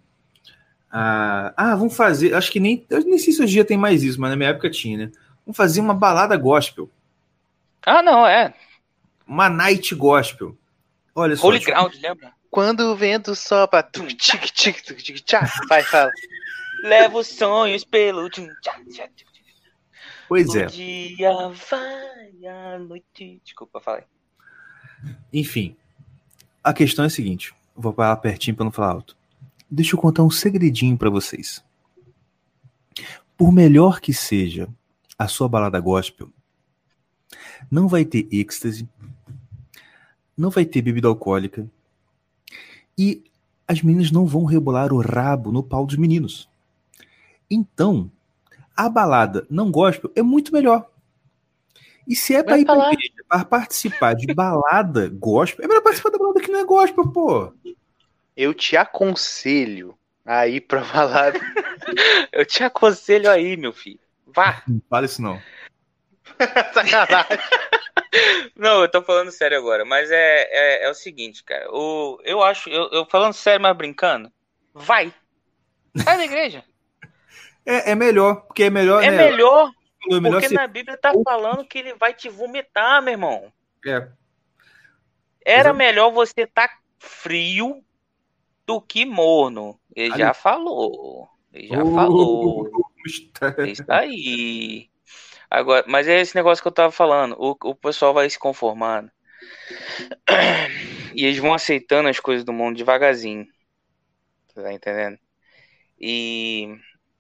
Vamos fazer. Acho que eu nem sei se hoje em dia tem mais isso, mas na minha época tinha, né? Vamos fazer uma balada gospel. Ah, não, é. Uma night gospel. Olha só. Holy Ground, lembra? Quando o vento sopra, tchá. Vai, fala. Leva os sonhos pelo... tchum, tchá, tchá, tchá. Pois é. O dia vai, a noite... Desculpa, falei. Enfim. A questão é a seguinte. Vou parar pertinho pra não falar alto. Deixa eu contar um segredinho pra vocês. Por melhor que seja a sua balada gospel, não vai ter êxtase, não vai ter bebida alcoólica e as meninas não vão rebolar o rabo no pau dos meninos. Então, a balada não gospel é muito melhor. E se é pra Vai ir pra pra lá. igreja, pra participar de balada gospel, é melhor participar da balada que não é gospel, pô. Eu te aconselho a ir pra balada. Eu te aconselho aí, meu filho. Vá. Não fala isso não. Sacanagem. Não, eu tô falando sério agora, mas é o seguinte, cara. Eu acho, eu falando sério, mas brincando, vai. Vai na igreja. É melhor, porque é melhor, É né? melhor, É melhor porque ser... na Bíblia tá falando que ele vai te vomitar, meu irmão. É. Era Exato. melhor você tá frio do que morno. Ele já falou. Ele já falou. É isso aí. Agora, mas é esse negócio que eu tava falando. O pessoal vai se conformando. E eles vão aceitando as coisas do mundo devagarzinho. Tá entendendo? E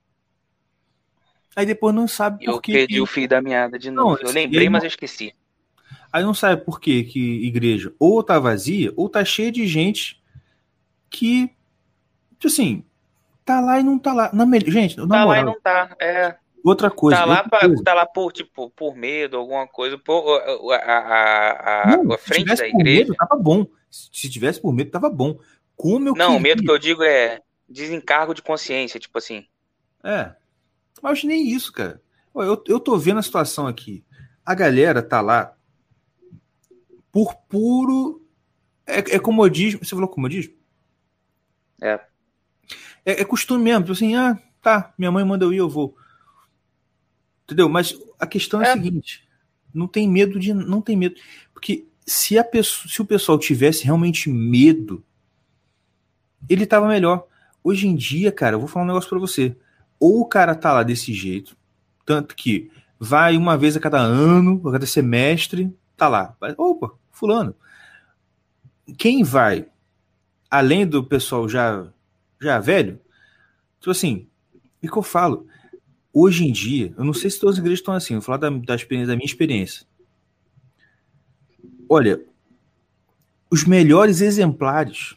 Aí depois não sabe eu por que... perdi o fio da meada de novo. Não, Eu e lembrei, aí mas não- eu esqueci. Aí não sabe por que igreja ou tá vazia, ou tá cheia de gente que, tipo assim, tá lá e não tá lá. Gente, na Tá lá e moral, não tá. outra coisa. Tá lá por medo, alguma coisa. Não, A se frente tivesse da por igreja. medo, tava bom. Se tivesse por medo, tava bom. Como eu Não, o medo que queria... eu digo é desencargo de consciência, tipo assim. Mas nem isso, cara. Ó, eu tô vendo a situação aqui. A galera tá lá por puro... É comodismo. Você falou comodismo? É. É costume mesmo. Tipo assim, tá, minha mãe manda eu ir, eu vou. Entendeu? Mas a questão é a seguinte: não tem medo. Porque se o pessoal tivesse realmente medo, ele tava melhor. Hoje em dia, cara, eu vou falar um negócio pra você. Ou o cara tá lá desse jeito, tanto que vai uma vez a cada ano, a cada semestre, tá lá. Opa, fulano. Quem vai, além do pessoal já velho, tipo assim, o que eu falo? Hoje em dia, eu não sei se todas as igrejas estão assim, eu vou falar da minha experiência. Olha, os melhores exemplares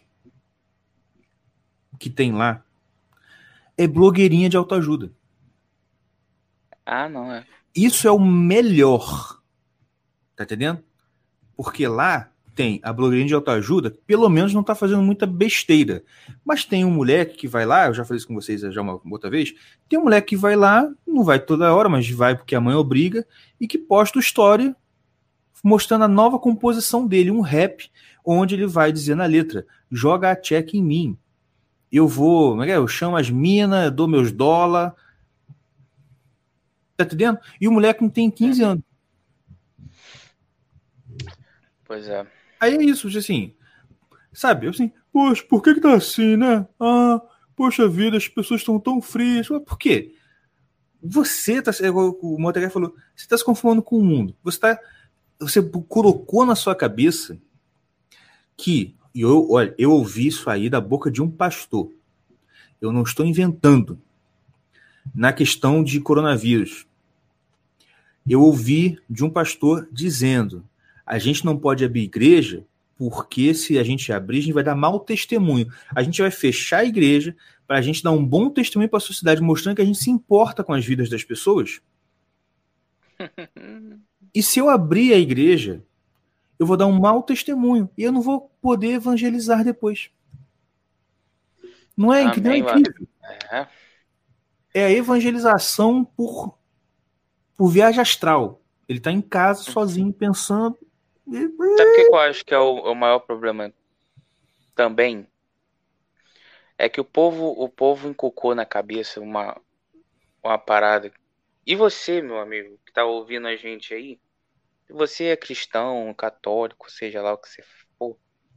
que tem lá é blogueirinha de autoajuda. Ah, não, é. Isso é o melhor. Tá entendendo? Porque lá tem a blogueirinha de autoajuda, pelo menos não tá fazendo muita besteira. Mas tem um moleque que vai lá, eu já falei isso com vocês já uma outra vez, tem um moleque que vai lá, não vai toda hora, mas vai porque a mãe obriga, e que posta história mostrando a nova composição dele, um rap, onde ele vai dizer na letra, joga a check em mim. Eu chamo as minas, dou meus dólar. Tá entendendo? E o moleque não tem 15 anos. Pois é. Aí é isso, assim, sabe? Assim, poxa, por que tá assim, né? Poxa vida, as pessoas estão tão frias. Por quê? Você tá, o Montegar falou, você tá se conformando com o mundo. Você colocou na sua cabeça que, olha, eu ouvi isso aí da boca de um pastor. Eu não estou inventando. Na questão de coronavírus. Eu ouvi de um pastor dizendo: a gente não pode abrir igreja porque se a gente abrir, a gente vai dar mau testemunho. A gente vai fechar a igreja para a gente dar um bom testemunho para a sociedade, mostrando que a gente se importa com as vidas das pessoas. E se eu abrir a igreja, eu vou dar um mau testemunho e eu não vou poder evangelizar depois. Não é, Amém, incrível? É a evangelização por viagem astral. Ele tá em casa, sozinho, pensando... Sabe o que eu acho que é o maior problema também? É que o povo encucou na cabeça uma parada. E você, meu amigo, que tá ouvindo a gente aí, se você é cristão, católico, seja lá o que você for,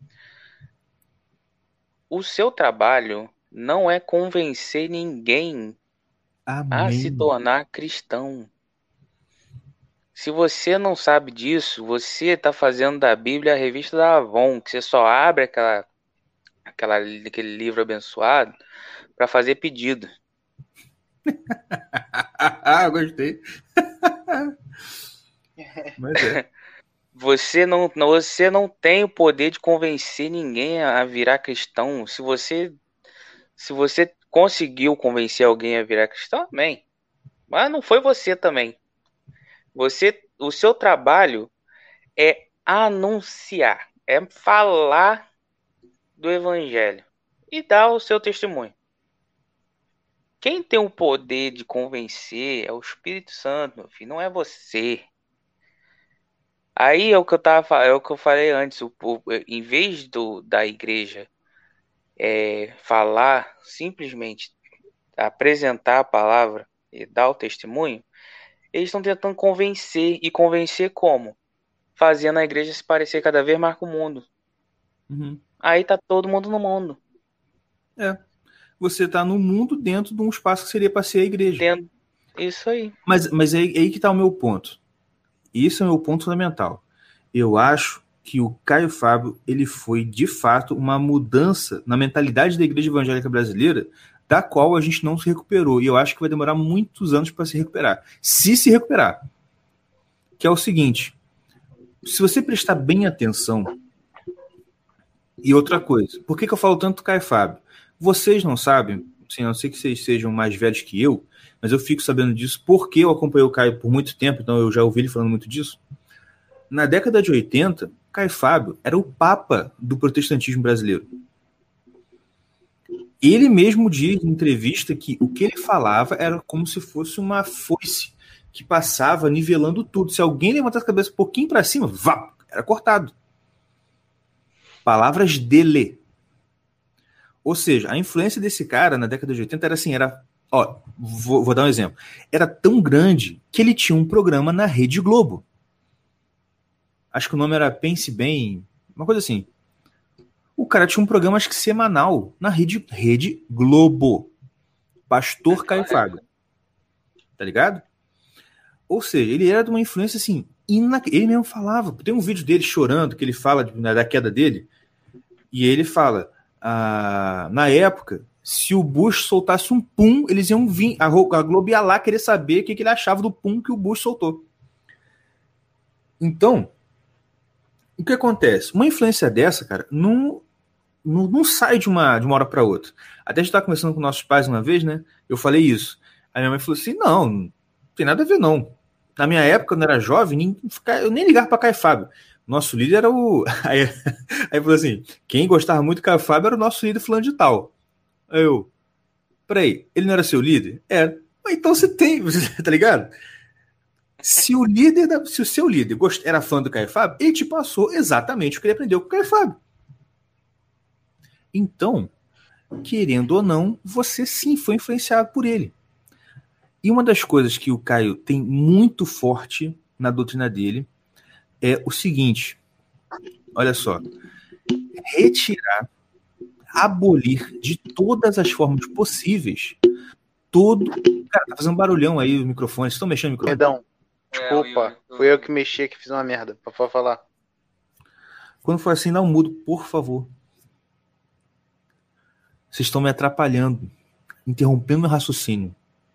o seu trabalho não é convencer ninguém a se Amém. tornar cristão. Se você não sabe disso, você está fazendo da Bíblia a revista da Avon, que você só abre aquele livro abençoado para fazer pedido. Gostei. Mas é. Você não tem o poder de convencer ninguém a virar cristão. Se você conseguiu convencer alguém a virar cristão, amém. Mas não foi você também. O seu trabalho é anunciar, é falar do evangelho e dar o seu testemunho. Quem tem o poder de convencer é o Espírito Santo, meu filho, não é você. Aí é o que eu falei antes, em vez da igreja falar, simplesmente apresentar a palavra e dar o testemunho, eles estão tentando convencer. E convencer como? Fazendo a igreja se parecer cada vez mais com o mundo. Uhum. Aí tá todo mundo no mundo. Você tá no mundo dentro de um espaço que seria para ser a igreja. Isso aí. Mas é aí que tá o meu ponto. Isso é o meu ponto fundamental. Eu acho que o Caio Fábio, ele foi, de fato, uma mudança na mentalidade da igreja evangélica brasileira, da qual a gente não se recuperou. E eu acho que vai demorar muitos anos para se recuperar. Se recuperar. Que é o seguinte, se você prestar bem atenção... E outra coisa, por que eu falo tanto do Caio Fábio? Vocês não sabem, assim, a não ser que vocês sejam mais velhos que eu, mas eu fico sabendo disso porque eu acompanhei o Caio por muito tempo, então eu já ouvi ele falando muito disso. Na década de 80, Caio Fábio era o papa do protestantismo brasileiro. Ele mesmo diz em entrevista que o que ele falava era como se fosse uma foice que passava nivelando tudo. Se alguém levantasse a cabeça um pouquinho para cima, vá, era cortado. Palavras dele. Ou seja, a influência desse cara na década de 80 era assim, vou dar um exemplo. Era tão grande que ele tinha um programa na Rede Globo. Acho que o nome era Pense Bem, uma coisa assim. O cara tinha um programa, acho que semanal, na Rede Globo. Pastor Caio Fábio. Tá ligado? Ou seja, ele era de uma influência assim, ele mesmo falava. Tem um vídeo dele chorando, que ele fala da queda dele, e ele fala, na época, se o Bush soltasse um pum, eles iam vir, a Globo ia lá querer saber o que ele achava do pum que o Bush soltou. Então, o que acontece? Uma influência dessa, cara, não sai de uma hora para outra. Até a gente estava conversando com nossos pais uma vez, né? Eu falei isso. Aí minha mãe falou assim, não tem nada a ver, não. Na minha época, quando eu era jovem, eu nem ligava para Caio Fábio. Nosso líder era o... Aí falou assim, quem gostava muito do Caio Fábio era o nosso líder fulano de tal. Aí eu, peraí, ele não era seu líder? Era. Então você tem, tá ligado? Se o seu líder era fã do Caio Fábio, ele te passou exatamente o que ele aprendeu com o Caio Fábio. Então, querendo ou não, você sim foi influenciado por ele. E uma das coisas que o Caio tem muito forte na doutrina dele é o seguinte, olha só, retirar, abolir de todas as formas possíveis todo... Cara, tá fazendo barulhão aí os microfones, estão mexendo no microfone? Perdão, desculpa, fui eu que mexi que fiz uma merda, pode falar. Quando for assim, dá um mudo, por favor. Vocês estão me atrapalhando, interrompendo meu raciocínio.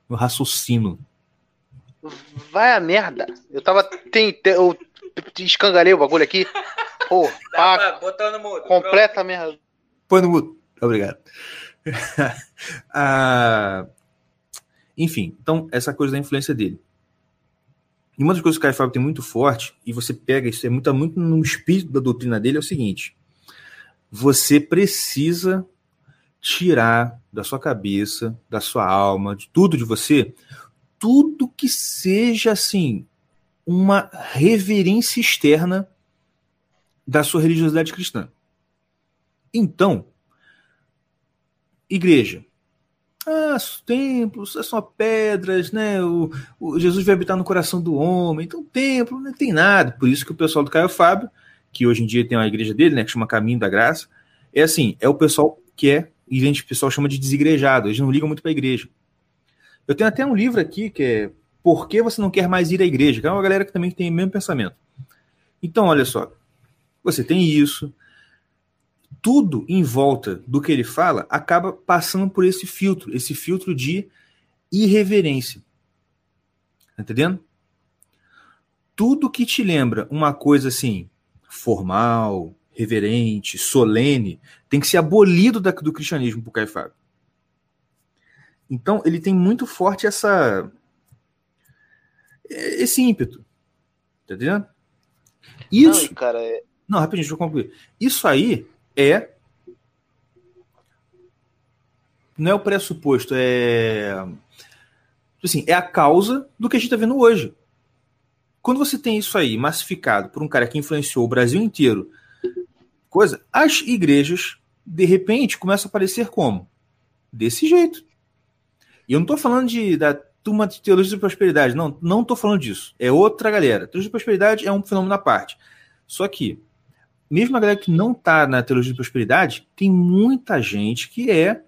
Vai a merda. Eu tava eu escangalei o bagulho aqui. Pô, botando no mudo. Completa merda. Põe no mudo. Obrigado. Enfim, então, essa coisa da influência dele. E uma das coisas que o Caio Fábio tem muito forte, e você pega isso, é muito no espírito da doutrina dele, é o seguinte: você precisa tirar da sua cabeça, da sua alma, de tudo de você, tudo que seja assim uma reverência externa da sua religiosidade cristã. Então, igreja. Os templos são só pedras, né? O Jesus vai habitar no coração do homem. Então, templo não tem nada. Por isso que o pessoal do Caio Fábio, que hoje em dia tem uma igreja dele, né, que chama Caminho da Graça, é assim, é o pessoal que o pessoal chama de desigrejado. Eles não ligam muito para a igreja. Eu tenho até um livro aqui que é Por que você não quer mais ir à igreja? Que é uma galera que também tem o mesmo pensamento. Então, olha só. Você tem isso. Tudo em volta do que ele fala acaba passando por esse filtro de irreverência. Tá entendendo? Tudo que te lembra uma coisa assim, formal, reverente, solene, tem que ser abolido do cristianismo pro Caio Fábio. Então, ele tem muito forte esse ímpeto. Tá entendendo? Isso. Não, cara, Não, rapidinho, deixa eu concluir. Isso aí não é o pressuposto, assim, é a causa do que a gente está vendo hoje. Quando você tem isso aí massificado por um cara que influenciou o Brasil inteiro, as igrejas, de repente, começam a aparecer como? Desse jeito. E eu não estou falando da turma de teologia da prosperidade, não estou falando disso. É outra galera. Teologia da prosperidade é um fenômeno à parte. Só que mesmo a galera que não está na teologia de prosperidade, tem muita gente que é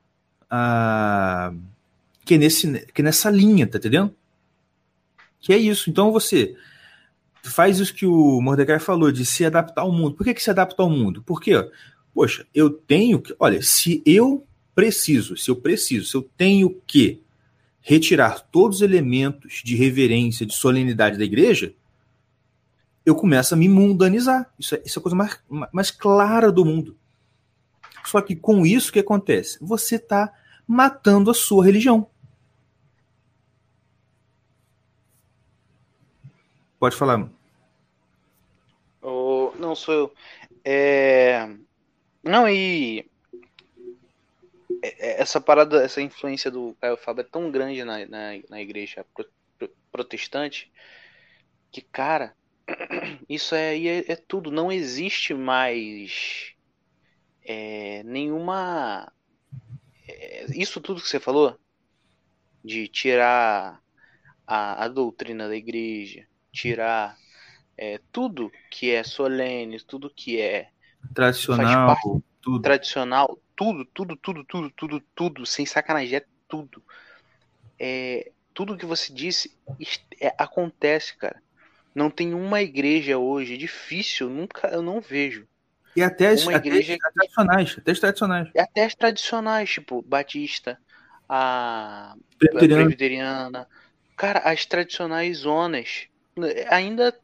nessa linha, tá entendendo? Que é isso. Então você faz isso que o Mordecai falou, de se adaptar ao mundo. Por que se adapta ao mundo? Porque, poxa, eu tenho que... Olha, se eu tenho que retirar todos os elementos de reverência, de solenidade da igreja, eu começo a me mundanizar. Isso é a coisa mais clara do mundo. Só que com isso, o que acontece? Você está matando a sua religião. Pode falar, mano. Não, sou eu. Não, e essa parada, essa influência do Caio Fábio é tão grande na igreja protestante que, cara, isso aí é tudo. Não existe mais nenhuma... isso tudo que você falou, de tirar a doutrina da igreja, tirar tudo que é solene, tudo que é tradicional, tudo. Tradicional, tudo, sem sacanagem, é tudo. Tudo que você disse acontece, cara. Não tem uma igreja hoje, difícil, eu não vejo. E até uma igreja até as tradicionais, tipo Batista, a Presbiteriana. Cara, as tradicionais zonas ainda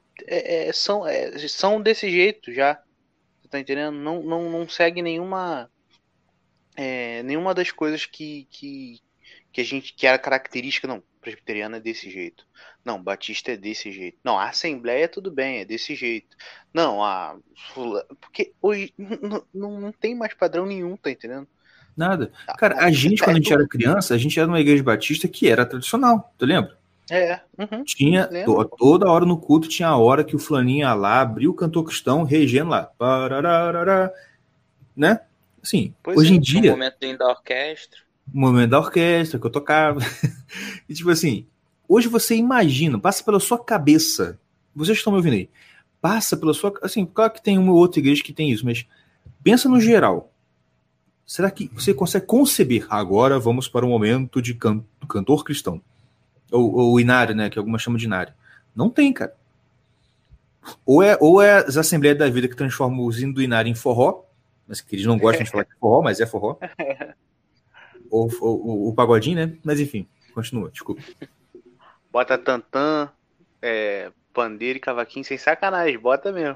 são desse jeito já. Você tá entendendo? Não segue nenhuma das coisas que era característica. Não, presbiteriana é desse jeito. Não, batista é desse jeito. Não, a assembleia tudo bem, é desse jeito. Não, porque hoje não tem mais padrão nenhum, tá entendendo? Nada. Cara, a gente, quando a gente era criança, a gente era numa igreja batista que era tradicional, tu lembra? Tinha, toda hora no culto tinha a hora que o fulaninho ia lá, abriu o cantor cristão, regendo lá. Parararara, né? Assim, hoje em dia... O momento da orquestra que eu tocava. E tipo assim, hoje você imagina, passa pela sua cabeça, vocês estão me ouvindo aí, passa pela sua... Assim, claro que tem uma ou outra igreja que tem isso, mas pensa no geral. Será que você consegue conceber? Agora vamos para o momento de cantor cristão. Ou inário, né? Que algumas chamam de inário. Não tem, cara. Ou é as Assembleias da Vida que transformam o hino do inário em forró, mas que eles não gostam de falar que é forró, mas é forró. Ou o pagodinho, né? Mas enfim, continua, desculpa. Bota tantã, pandeiro e cavaquinho sem sacanagem, bota mesmo.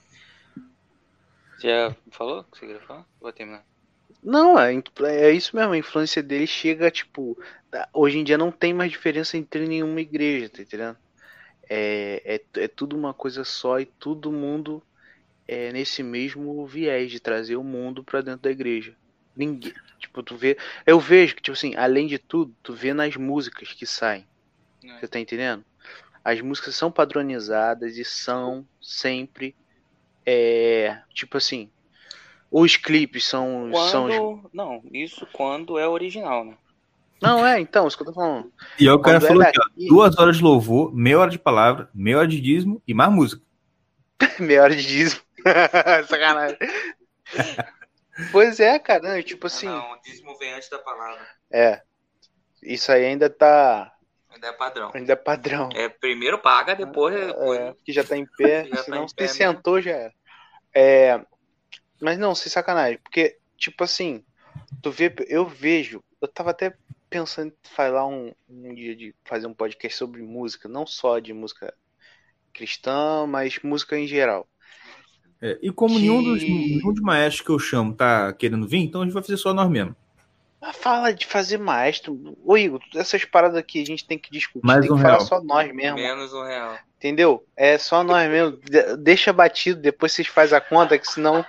Já falou o que você queria falar? Vou terminar. Não, é isso mesmo, a influência dele chega, tipo, hoje em dia não tem mais diferença entre nenhuma igreja, tá entendendo? É tudo uma coisa só e todo mundo nesse mesmo viés de trazer o mundo pra dentro da igreja. Ninguém. Tipo, tu vê. Eu vejo que, tipo assim, além de tudo, tu vê nas músicas que saem. Você tá entendendo? As músicas são padronizadas e são sempre. Tipo assim. Os clipes são. Não, isso quando é original, né? Não, então, isso que eu tô falando. E aí o cara Quando falou é aqui, ó, daqui- 2 horas de louvor, meia hora de palavra, meia hora de dízimo e mais música. Meia hora de dízimo. Sacanagem. Pois é, cara. Não, tipo assim. Não, o dízimo vem antes da palavra. Isso aí ainda tá. Ainda é padrão. Ainda é padrão. Primeiro paga, depois. Que já tá em pé. Já tá Senão em se pé sentou já era. Mas não, sem sacanagem. Porque, tipo assim, tu vê, eu vejo. Eu tava até pensando em falar um dia de fazer um podcast sobre música, não só de música cristã, mas música em geral. E como nenhum dos maestros que eu chamo tá querendo vir, então a gente vai fazer só nós mesmos. Fala de fazer maestro. Ô Igor, essas paradas aqui a gente tem que discutir, Mais tem um que falar real. só nós mesmo. Menos R$1. Entendeu? É só nós mesmo. Deixa batido, depois vocês fazem a conta, que senão.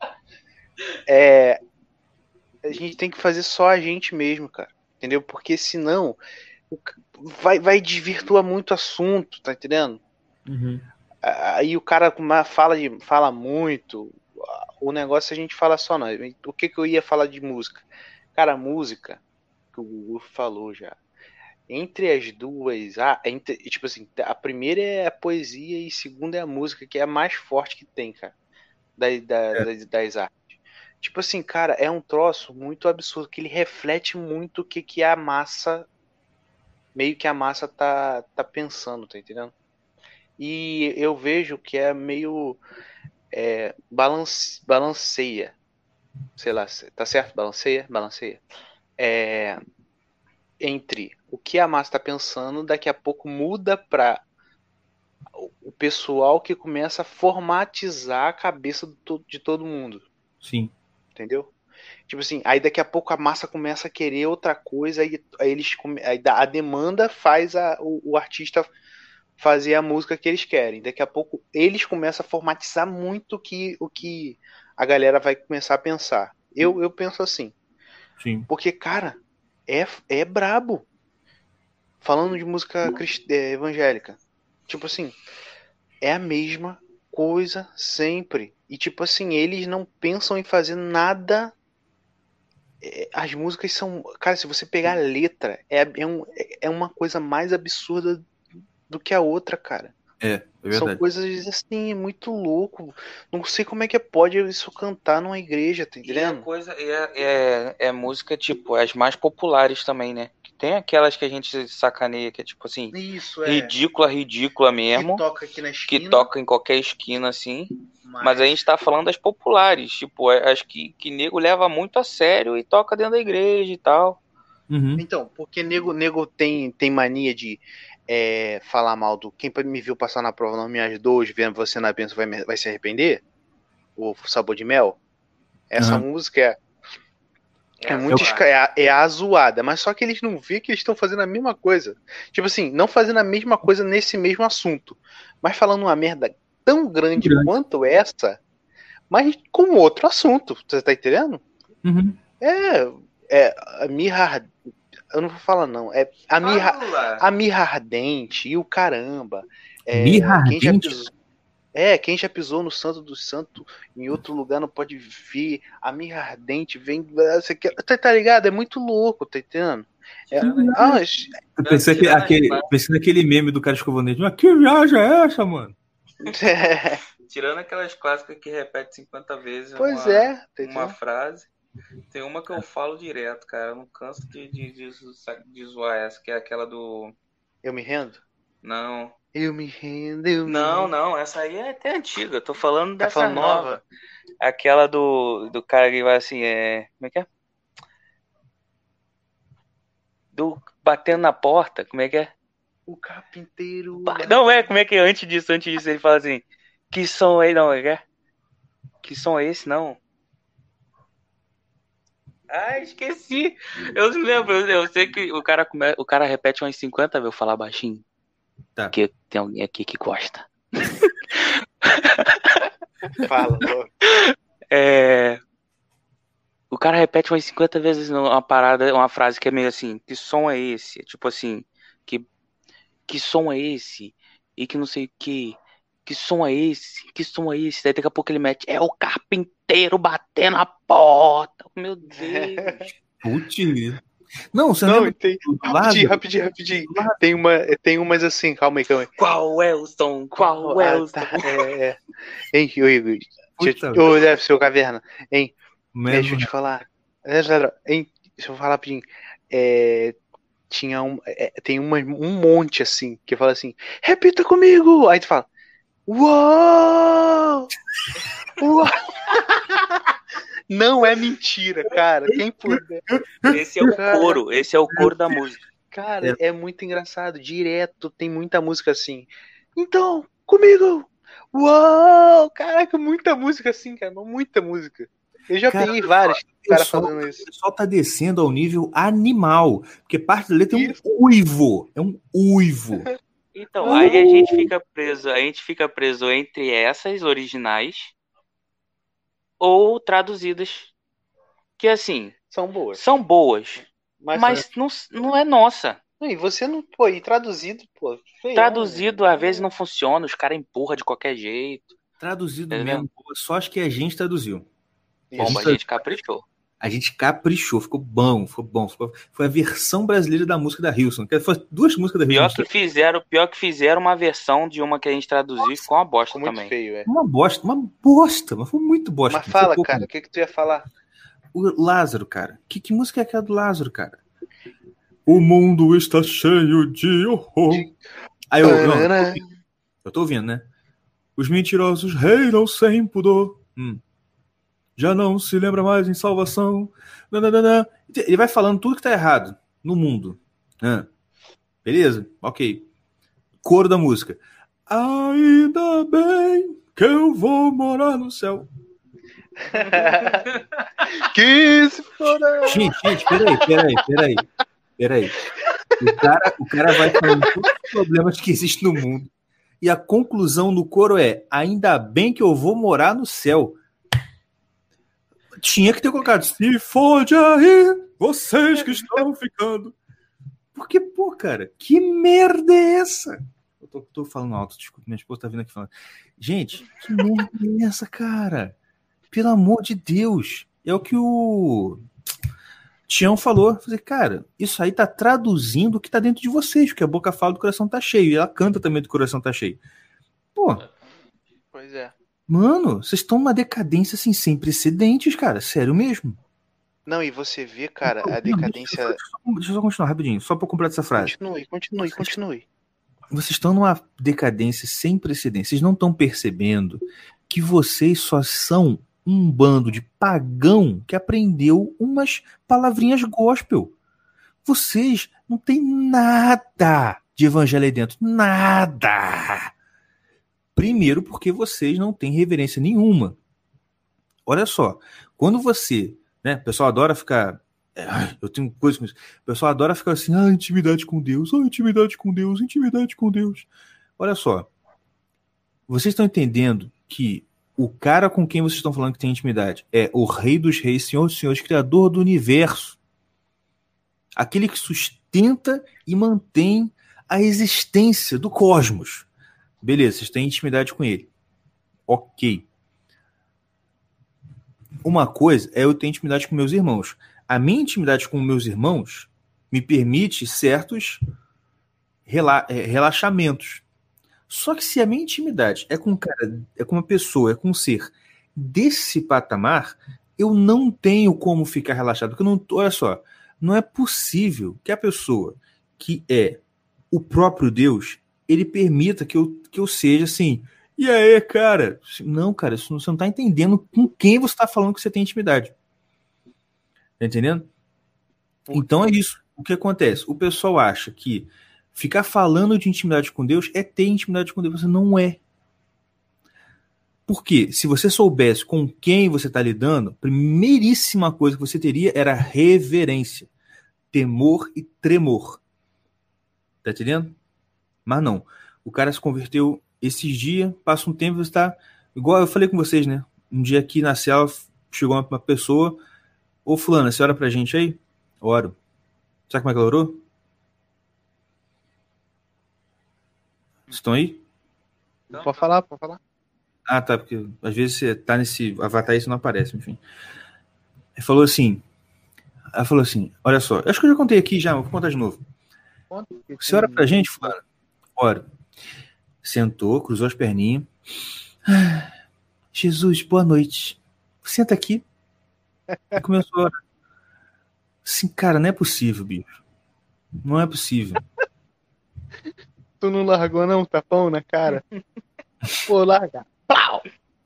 A gente tem que fazer só a gente mesmo, cara. Entendeu? Porque senão vai desvirtuar muito o assunto, tá entendendo? Uhum. Aí o cara fala muito. O negócio a gente fala só nós. O que eu ia falar de música? Cara, a música, que o Gugu falou já. Entre as duas, tipo assim, a primeira é a poesia e a segunda é a música, que é a mais forte que tem, cara, das artes. Tipo assim, cara, é um troço muito absurdo, que ele reflete muito o que a massa, meio que a massa tá pensando, tá entendendo? E eu vejo que é meio balanceia, sei lá, tá certo? Balanceia. Entre o que a massa tá pensando, daqui a pouco muda pra o pessoal que começa a formatizar a cabeça de todo mundo. Sim. Entendeu? Tipo assim, aí daqui a pouco a massa começa a querer outra coisa, aí a demanda faz o artista fazer a música que eles querem. Daqui a pouco eles começam a formatizar muito o que a galera vai começar a pensar. Eu penso assim. Sim. Porque, cara, é brabo. Falando de música evangélica. Tipo assim, é a mesma coisa sempre. E tipo assim, eles não pensam em fazer nada. As músicas são. Cara, se você pegar a letra, é uma coisa mais absurda do que a outra, cara. É verdade. São coisas assim, muito louco. Não sei como é que pode isso cantar numa igreja, tá entendendo? É música, tipo, as mais populares também, né? Tem aquelas que a gente sacaneia, que é tipo assim, Isso, ridícula mesmo. Que toca aqui na esquina. Que toca em qualquer esquina, assim. Mas a gente tá falando das populares, tipo, as que nego leva muito a sério e toca dentro da igreja e tal. Uhum. Então, porque nego tem mania de falar mal do quem me viu passar na prova não me ajudou, hoje vendo você na bênção vai se arrepender? O Sabor de Mel? Essa música é a zoada, mas só que eles não vê que eles estão fazendo a mesma coisa. Tipo assim, não fazendo a mesma coisa nesse mesmo assunto, mas falando uma merda tão grande quanto essa, mas com outro assunto. Você tá entendendo? Uhum. A mirra. Eu não vou falar, não. É a mirra ardente e o caramba. Mirra ardente? Quem já pisou no Santo dos Santos em outro lugar não pode vir. A mirra ardente vem. Tá ligado? É muito louco, tá entendendo? Eu pensei naquele meme do cara escovando dente. Mas que viagem é essa, mano? Tirando aquelas clássicas que repete 50 vezes uma frase. Tem uma que eu falo direto, cara. Eu não canso de zoar essa, que é aquela do... Eu me rendo? Não. Eu me rendo, Não, essa aí é até antiga. Tô falando dessa nova. Aquela do cara que vai assim, como é que é? Do batendo na porta, como é que é? O carpinteiro... Não como é que é? Antes disso ele fala assim, que som é? Não, que som é esse, não? Esqueci. Eu não lembro. Eu sei que o cara repete umas 50 vezes eu falar baixinho. Tá. Porque tem alguém aqui que gosta. Fala, louco. O cara repete umas 50 vezes uma parada, uma frase que é meio assim, que som é esse? Tipo assim, que som é esse? E que não sei o que som é esse? Que som é esse? Daí daqui a pouco ele mete, é o carpinteiro batendo a porta. Meu Deus. Putz. Não, você Não, lembra tem. do Rapidinho, Lázaro? rapidinho. Tem umas assim, calma aí. Qual é o som? Qual é o som? Tá, Hein, ô Igor. Puta. Ô, seu caverna. Hein, deixa eu Mesmo. te falar. Hein, deixa eu falar rapidinho. Tinha tem um monte assim, que fala assim, repita comigo! Aí tu fala, uau! Uau! Não é mentira, cara. Quem puder. Esse é o coro, esse é o coro da música. Cara, é muito engraçado. Direto tem muita música assim. Então, comigo! Uau! Caraca, muita música assim, cara. Muita música. Eu já peguei vários caras fazendo isso. O pessoal tá descendo ao nível animal. Porque parte da letra é um uivo. É um uivo. Então, aí a gente fica preso entre essas originais ou traduzidas. Que assim, São boas. são boas, mas não é nossa. E você não. Pô, e traduzido, pô. Feio, Traduzido às vezes não funciona, os caras empurram de qualquer jeito. Traduzido Entendeu? mesmo. Só acho que a gente traduziu. Bom, a gente caprichou. A gente caprichou, ficou bom. Foi a versão brasileira da música da Hilson. Foi 2 músicas da Hilson. Pior que fizeram uma versão de uma que a gente traduziu e ficou uma bosta muito também. Feio, Uma bosta, mas foi muito bosta. Mas fala, cara, o que tu ia falar? O Lázaro, cara. Que música é aquela do Lázaro, cara? O mundo está cheio de horror. Aí eu tô ouvindo, né? Os mentirosos reinam sem pudor. Já não se lembra mais em salvação. Ele vai falando tudo que tá errado no mundo. Beleza? Ok. Coro da música. Ainda bem que eu vou morar no céu. Que se foda! Gente, peraí. O cara vai falando todos os problemas que existem no mundo. E a conclusão do coro é: ainda bem que eu vou morar no céu. Tinha que ter colocado, se fode aí, vocês que estão ficando. Porque, pô, cara, que merda é essa? Eu tô falando alto, desculpa, minha esposa tá vindo aqui falando. Gente, que merda é essa, cara? Pelo amor de Deus. É o que o Tião falou. Falei, cara, isso aí tá traduzindo o que tá dentro de vocês, porque a boca fala do coração tá cheio, e ela canta também do coração tá cheio. Pô. Pois é. Mano, vocês estão numa decadência assim, sem precedentes, cara. Sério mesmo. Não, e você vê, cara, a decadência... Deixa eu só continuar rapidinho, só pra completar essa frase. Continue. Vocês estão numa decadência sem precedentes. Vocês não estão percebendo que vocês só são um bando de pagão que aprendeu umas palavrinhas gospel. Vocês não têm nada de evangelho aí dentro. Nada! Primeiro, porque vocês não têm reverência nenhuma. Olha só, quando você, né, o pessoal adora ficar, eu tenho coisa com isso, o pessoal adora ficar assim, intimidade com Deus, intimidade com Deus, intimidade com Deus. Olha só, vocês estão entendendo que o cara com quem vocês estão falando que tem intimidade é o Rei dos Reis, Senhor dos Senhores, Criador do Universo. Aquele que sustenta e mantém a existência do cosmos. Beleza, vocês têm intimidade com ele. Ok. Uma coisa é eu ter intimidade com meus irmãos. A minha intimidade com meus irmãos me permite certos relaxamentos. Só que se a minha intimidade é com um cara, é com uma pessoa, é com um ser desse patamar, eu não tenho como ficar relaxado. Porque eu não, olha só, não é possível que a pessoa que é o próprio Deus, ele permita que eu seja assim, e aí, cara? Não, cara, você não tá entendendo com quem você tá falando que você tem intimidade. Tá entendendo? Então é isso. O que acontece? O pessoal acha que ficar falando de intimidade com Deus é ter intimidade com Deus. Você não é. Porque se você soubesse com quem você está lidando, a primeiríssima coisa que você teria era reverência, temor e tremor. Tá entendendo? Mas não. O cara se converteu esses dias, passa um tempo, você tá... Igual eu falei com vocês, né? Um dia aqui na cela chegou uma pessoa, Ô, fulana, você ora pra gente aí? Oro. Sabe como é que ela orou? Vocês estão aí? Pode falar, pode falar. Ah, tá, porque às vezes você tá nesse avatar e isso não aparece, enfim. Ela falou assim, olha só, acho que eu já contei aqui já, vou contar de novo. Você ora pra gente, fulana? Ora. Sentou, cruzou as perninhas. Jesus, boa noite. Senta aqui. E começou a orar. Assim, cara, não é possível, bicho. Não é possível. Tu não largou não, tapão na cara? Pô, larga. Pau!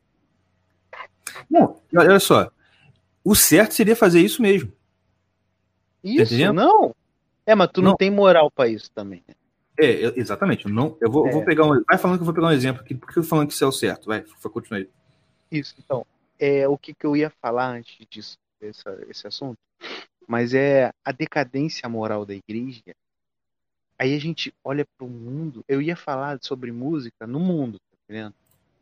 Não, olha só. O certo seria fazer isso mesmo. Isso, entendendo? não. Mas tu não Não. tem moral pra isso também. Exatamente. Eu vou pegar vai falando que eu vou pegar um exemplo aqui. Por que eu tô falando que isso é o certo? Vai continuar aí. Isso, então. O que eu ia falar antes disso, esse assunto, mas a decadência moral da igreja. Aí a gente olha pro mundo. Eu ia falar sobre música no mundo, tá entendendo?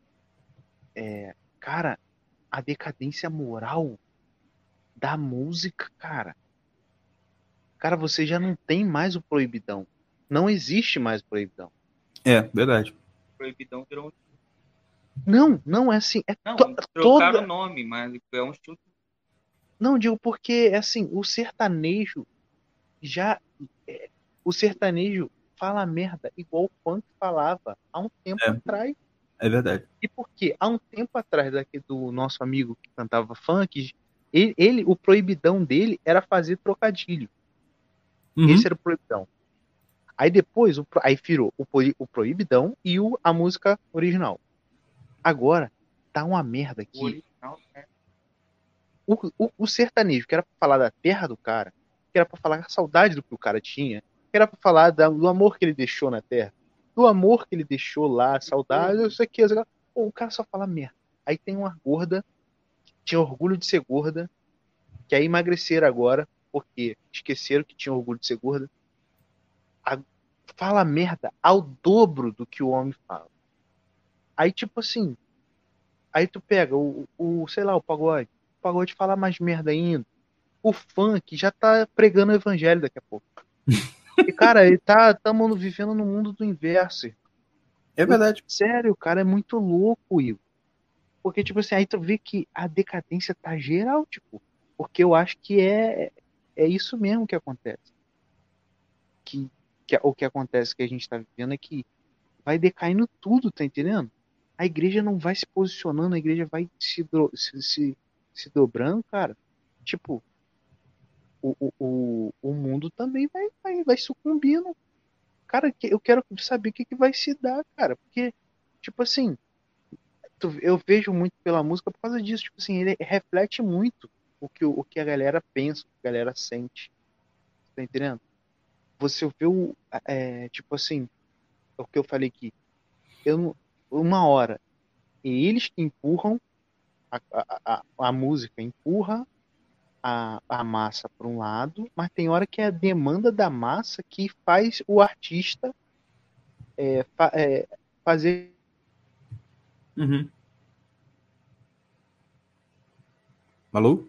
Cara, a decadência moral da música, cara. Cara, você já não tem mais o proibidão. Não existe mais proibidão. É, verdade. Proibidão virou Não, é assim. Não, trocaram o nome, mas é um estilo. Não, digo porque, assim, o sertanejo já. O sertanejo fala merda igual o funk falava há um tempo atrás. É verdade. E por quê? Há um tempo atrás, aqui do nosso amigo que cantava funk, o proibidão dele era fazer trocadilho. Uhum. Esse era o proibidão. Aí depois, aí virou o proibidão e a música original. Agora, tá uma merda aqui. O original, O sertanejo, que era pra falar da terra do cara, que era pra falar da saudade do que o cara tinha, que era pra falar do amor que ele deixou na terra, do amor que ele deixou lá, saudade, isso aqui, isso aqui. Pô, o cara só fala merda. Aí tem uma gorda, que tinha orgulho de ser gorda, que aí emagreceram agora, porque esqueceram que tinha orgulho de ser gorda. Fala merda ao dobro do que o homem fala. Aí, tipo assim, aí tu pega sei lá, o pagode fala mais merda ainda. O funk já tá pregando o evangelho daqui a pouco. E, cara, ele tamo vivendo no mundo do inverso. É verdade. Sério, cara, é muito louco, Igor. Porque, tipo assim, aí tu vê que a decadência tá geral, tipo. Porque eu acho que é isso mesmo que acontece. O que acontece que a gente tá vivendo é que vai decaindo tudo, tá entendendo? A igreja não vai se posicionando, a igreja vai se dobrando, cara. Tipo, o mundo também vai sucumbindo. Cara, eu quero saber o que vai se dar, cara. Porque, tipo assim, eu vejo muito pela música por causa disso. Tipo assim, ele reflete muito o que a galera pensa, o que a galera sente. Tá entendendo? Você vê tipo assim, o que eu falei aqui. Uma hora, e eles que empurram a música, empurra a massa para um lado, mas tem hora que é a demanda da massa que faz o artista fazer. Uhum. Alô?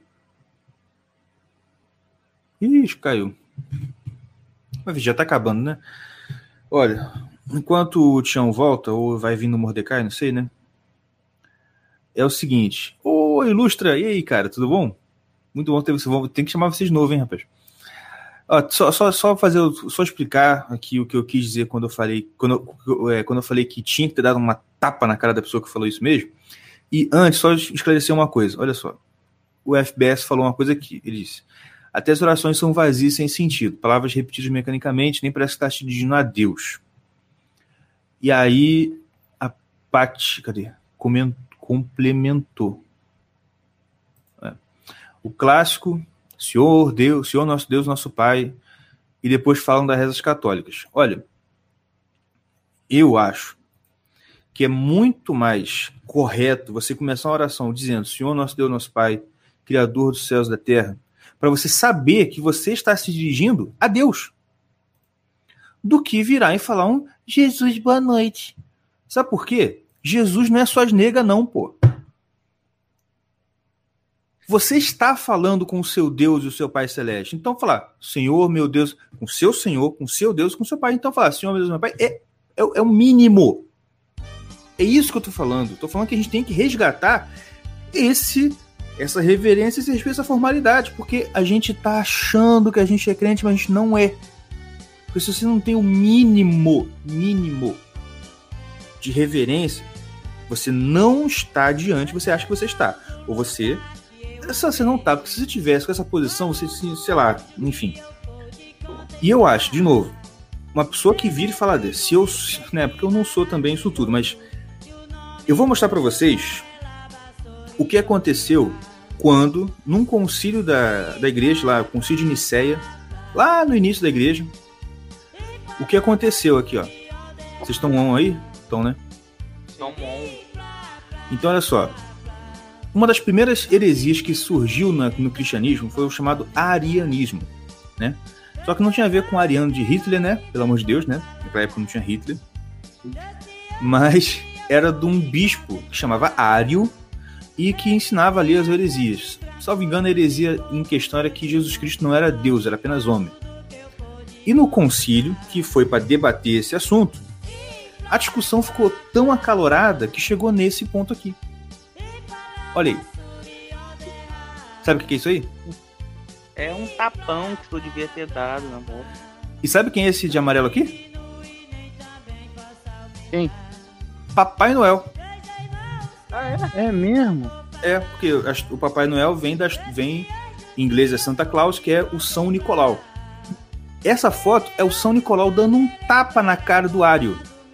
Ixi, caiu. Mas já tá acabando, né? Olha, enquanto o Tião volta, ou vai vindo o Mordecai, não sei, né? É o seguinte. Ô, Ilustra, e aí, cara, tudo bom? Muito bom ter você. Tem que chamar vocês de novo, hein, rapaz? Ó, só explicar aqui o que eu quis dizer quando eu falei que tinha que ter dado uma tapa na cara da pessoa que falou isso mesmo. E antes, só esclarecer uma coisa. Olha só. O FBS falou uma coisa aqui. Ele disse: até as orações são vazias sem sentido. Palavras repetidas mecanicamente, nem parece que está se dirigindo a Deus. E aí, a Paty, complementou. O clássico, Senhor nosso Deus, nosso Pai, e depois falam das rezas católicas. Olha, eu acho que é muito mais correto você começar uma oração dizendo Senhor nosso Deus, nosso Pai, Criador dos céus e da terra, para você saber que você está se dirigindo a Deus, do que virar e falar um Jesus, boa noite. Sabe por quê? Jesus não é suas negas não, pô. Você está falando com o seu Deus e o seu Pai Celeste. Então, falar, Senhor, meu Deus, com seu Senhor, com seu Deus, com seu Pai. Então, falar, Senhor, meu Deus, meu Pai, é o mínimo. É isso que eu estou falando. Estou falando que a gente tem que resgatar essa reverência, esse respeito, essa formalidade, porque a gente está achando que a gente é crente, mas a gente não é. Porque se você não tem o mínimo de reverência, você não está diante, você acha que você está. Ou você não está, porque se você tivesse com essa posição, você, sei lá, enfim. E eu acho, de novo, uma pessoa que vira e fala desse, porque eu não sou também isso tudo, mas eu vou mostrar para vocês o que aconteceu quando, num concílio da igreja, lá, o concílio de Niceia, lá no início da igreja, o que aconteceu aqui, ó. Vocês estão on aí? Estão, né? Estão on. Então, olha só. Uma das primeiras heresias que surgiu no cristianismo foi o chamado arianismo, né? Só que não tinha a ver com o ariano de Hitler, né? Pelo amor de Deus, né? Naquela época não tinha Hitler. Mas era de um bispo que chamava Ário e que ensinava ali as heresias. Salvo engano, a heresia em questão era que Jesus Cristo não era Deus, era apenas homem. E no concílio, que foi para debater esse assunto, a discussão ficou tão acalorada que chegou nesse ponto aqui. Olha aí. Sabe o que é isso aí? É um tapão que tu devia ter dado na boca. E sabe quem é esse de amarelo aqui? Quem? Papai Noel. Ah, é? É mesmo? É, porque o Papai Noel vem em inglês é Santa Claus, que é o São Nicolau. Essa foto é o São Nicolau dando um tapa na cara do Ário.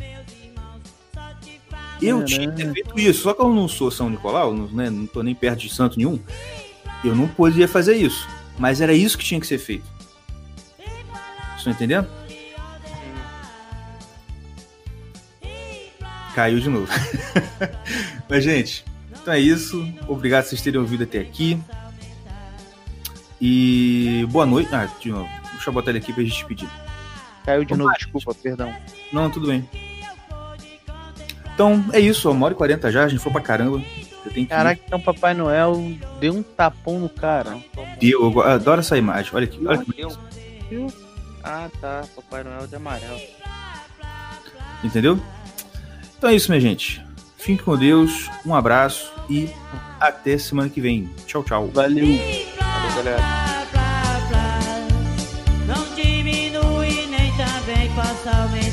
Eu tinha que ter feito isso, só que eu não sou São Nicolau, né, não tô nem perto de santo nenhum, eu não podia fazer isso. Mas era isso que tinha que ser feito. Vocês estão entendendo? Caiu de novo. Mas, gente, então é isso. Obrigado por vocês terem ouvido até aqui. E boa noite. De novo. Deixa eu botar ele aqui pra gente pedir. Caiu de novo, desculpa, perdão. Não, tudo bem. Então, é isso, 1h40 já, a gente foi pra caramba. Eu tenho que... Caraca, então Papai Noel deu um tapão no cara. Eu adoro essa imagem, olha aqui. Olha que... Ah, tá, Papai Noel de amarelo. Entendeu? Então é isso, minha gente. Fique com Deus, um abraço e até semana que vem. Tchau, tchau. Valeu. Valeu, galera. Não diminui nem também passa o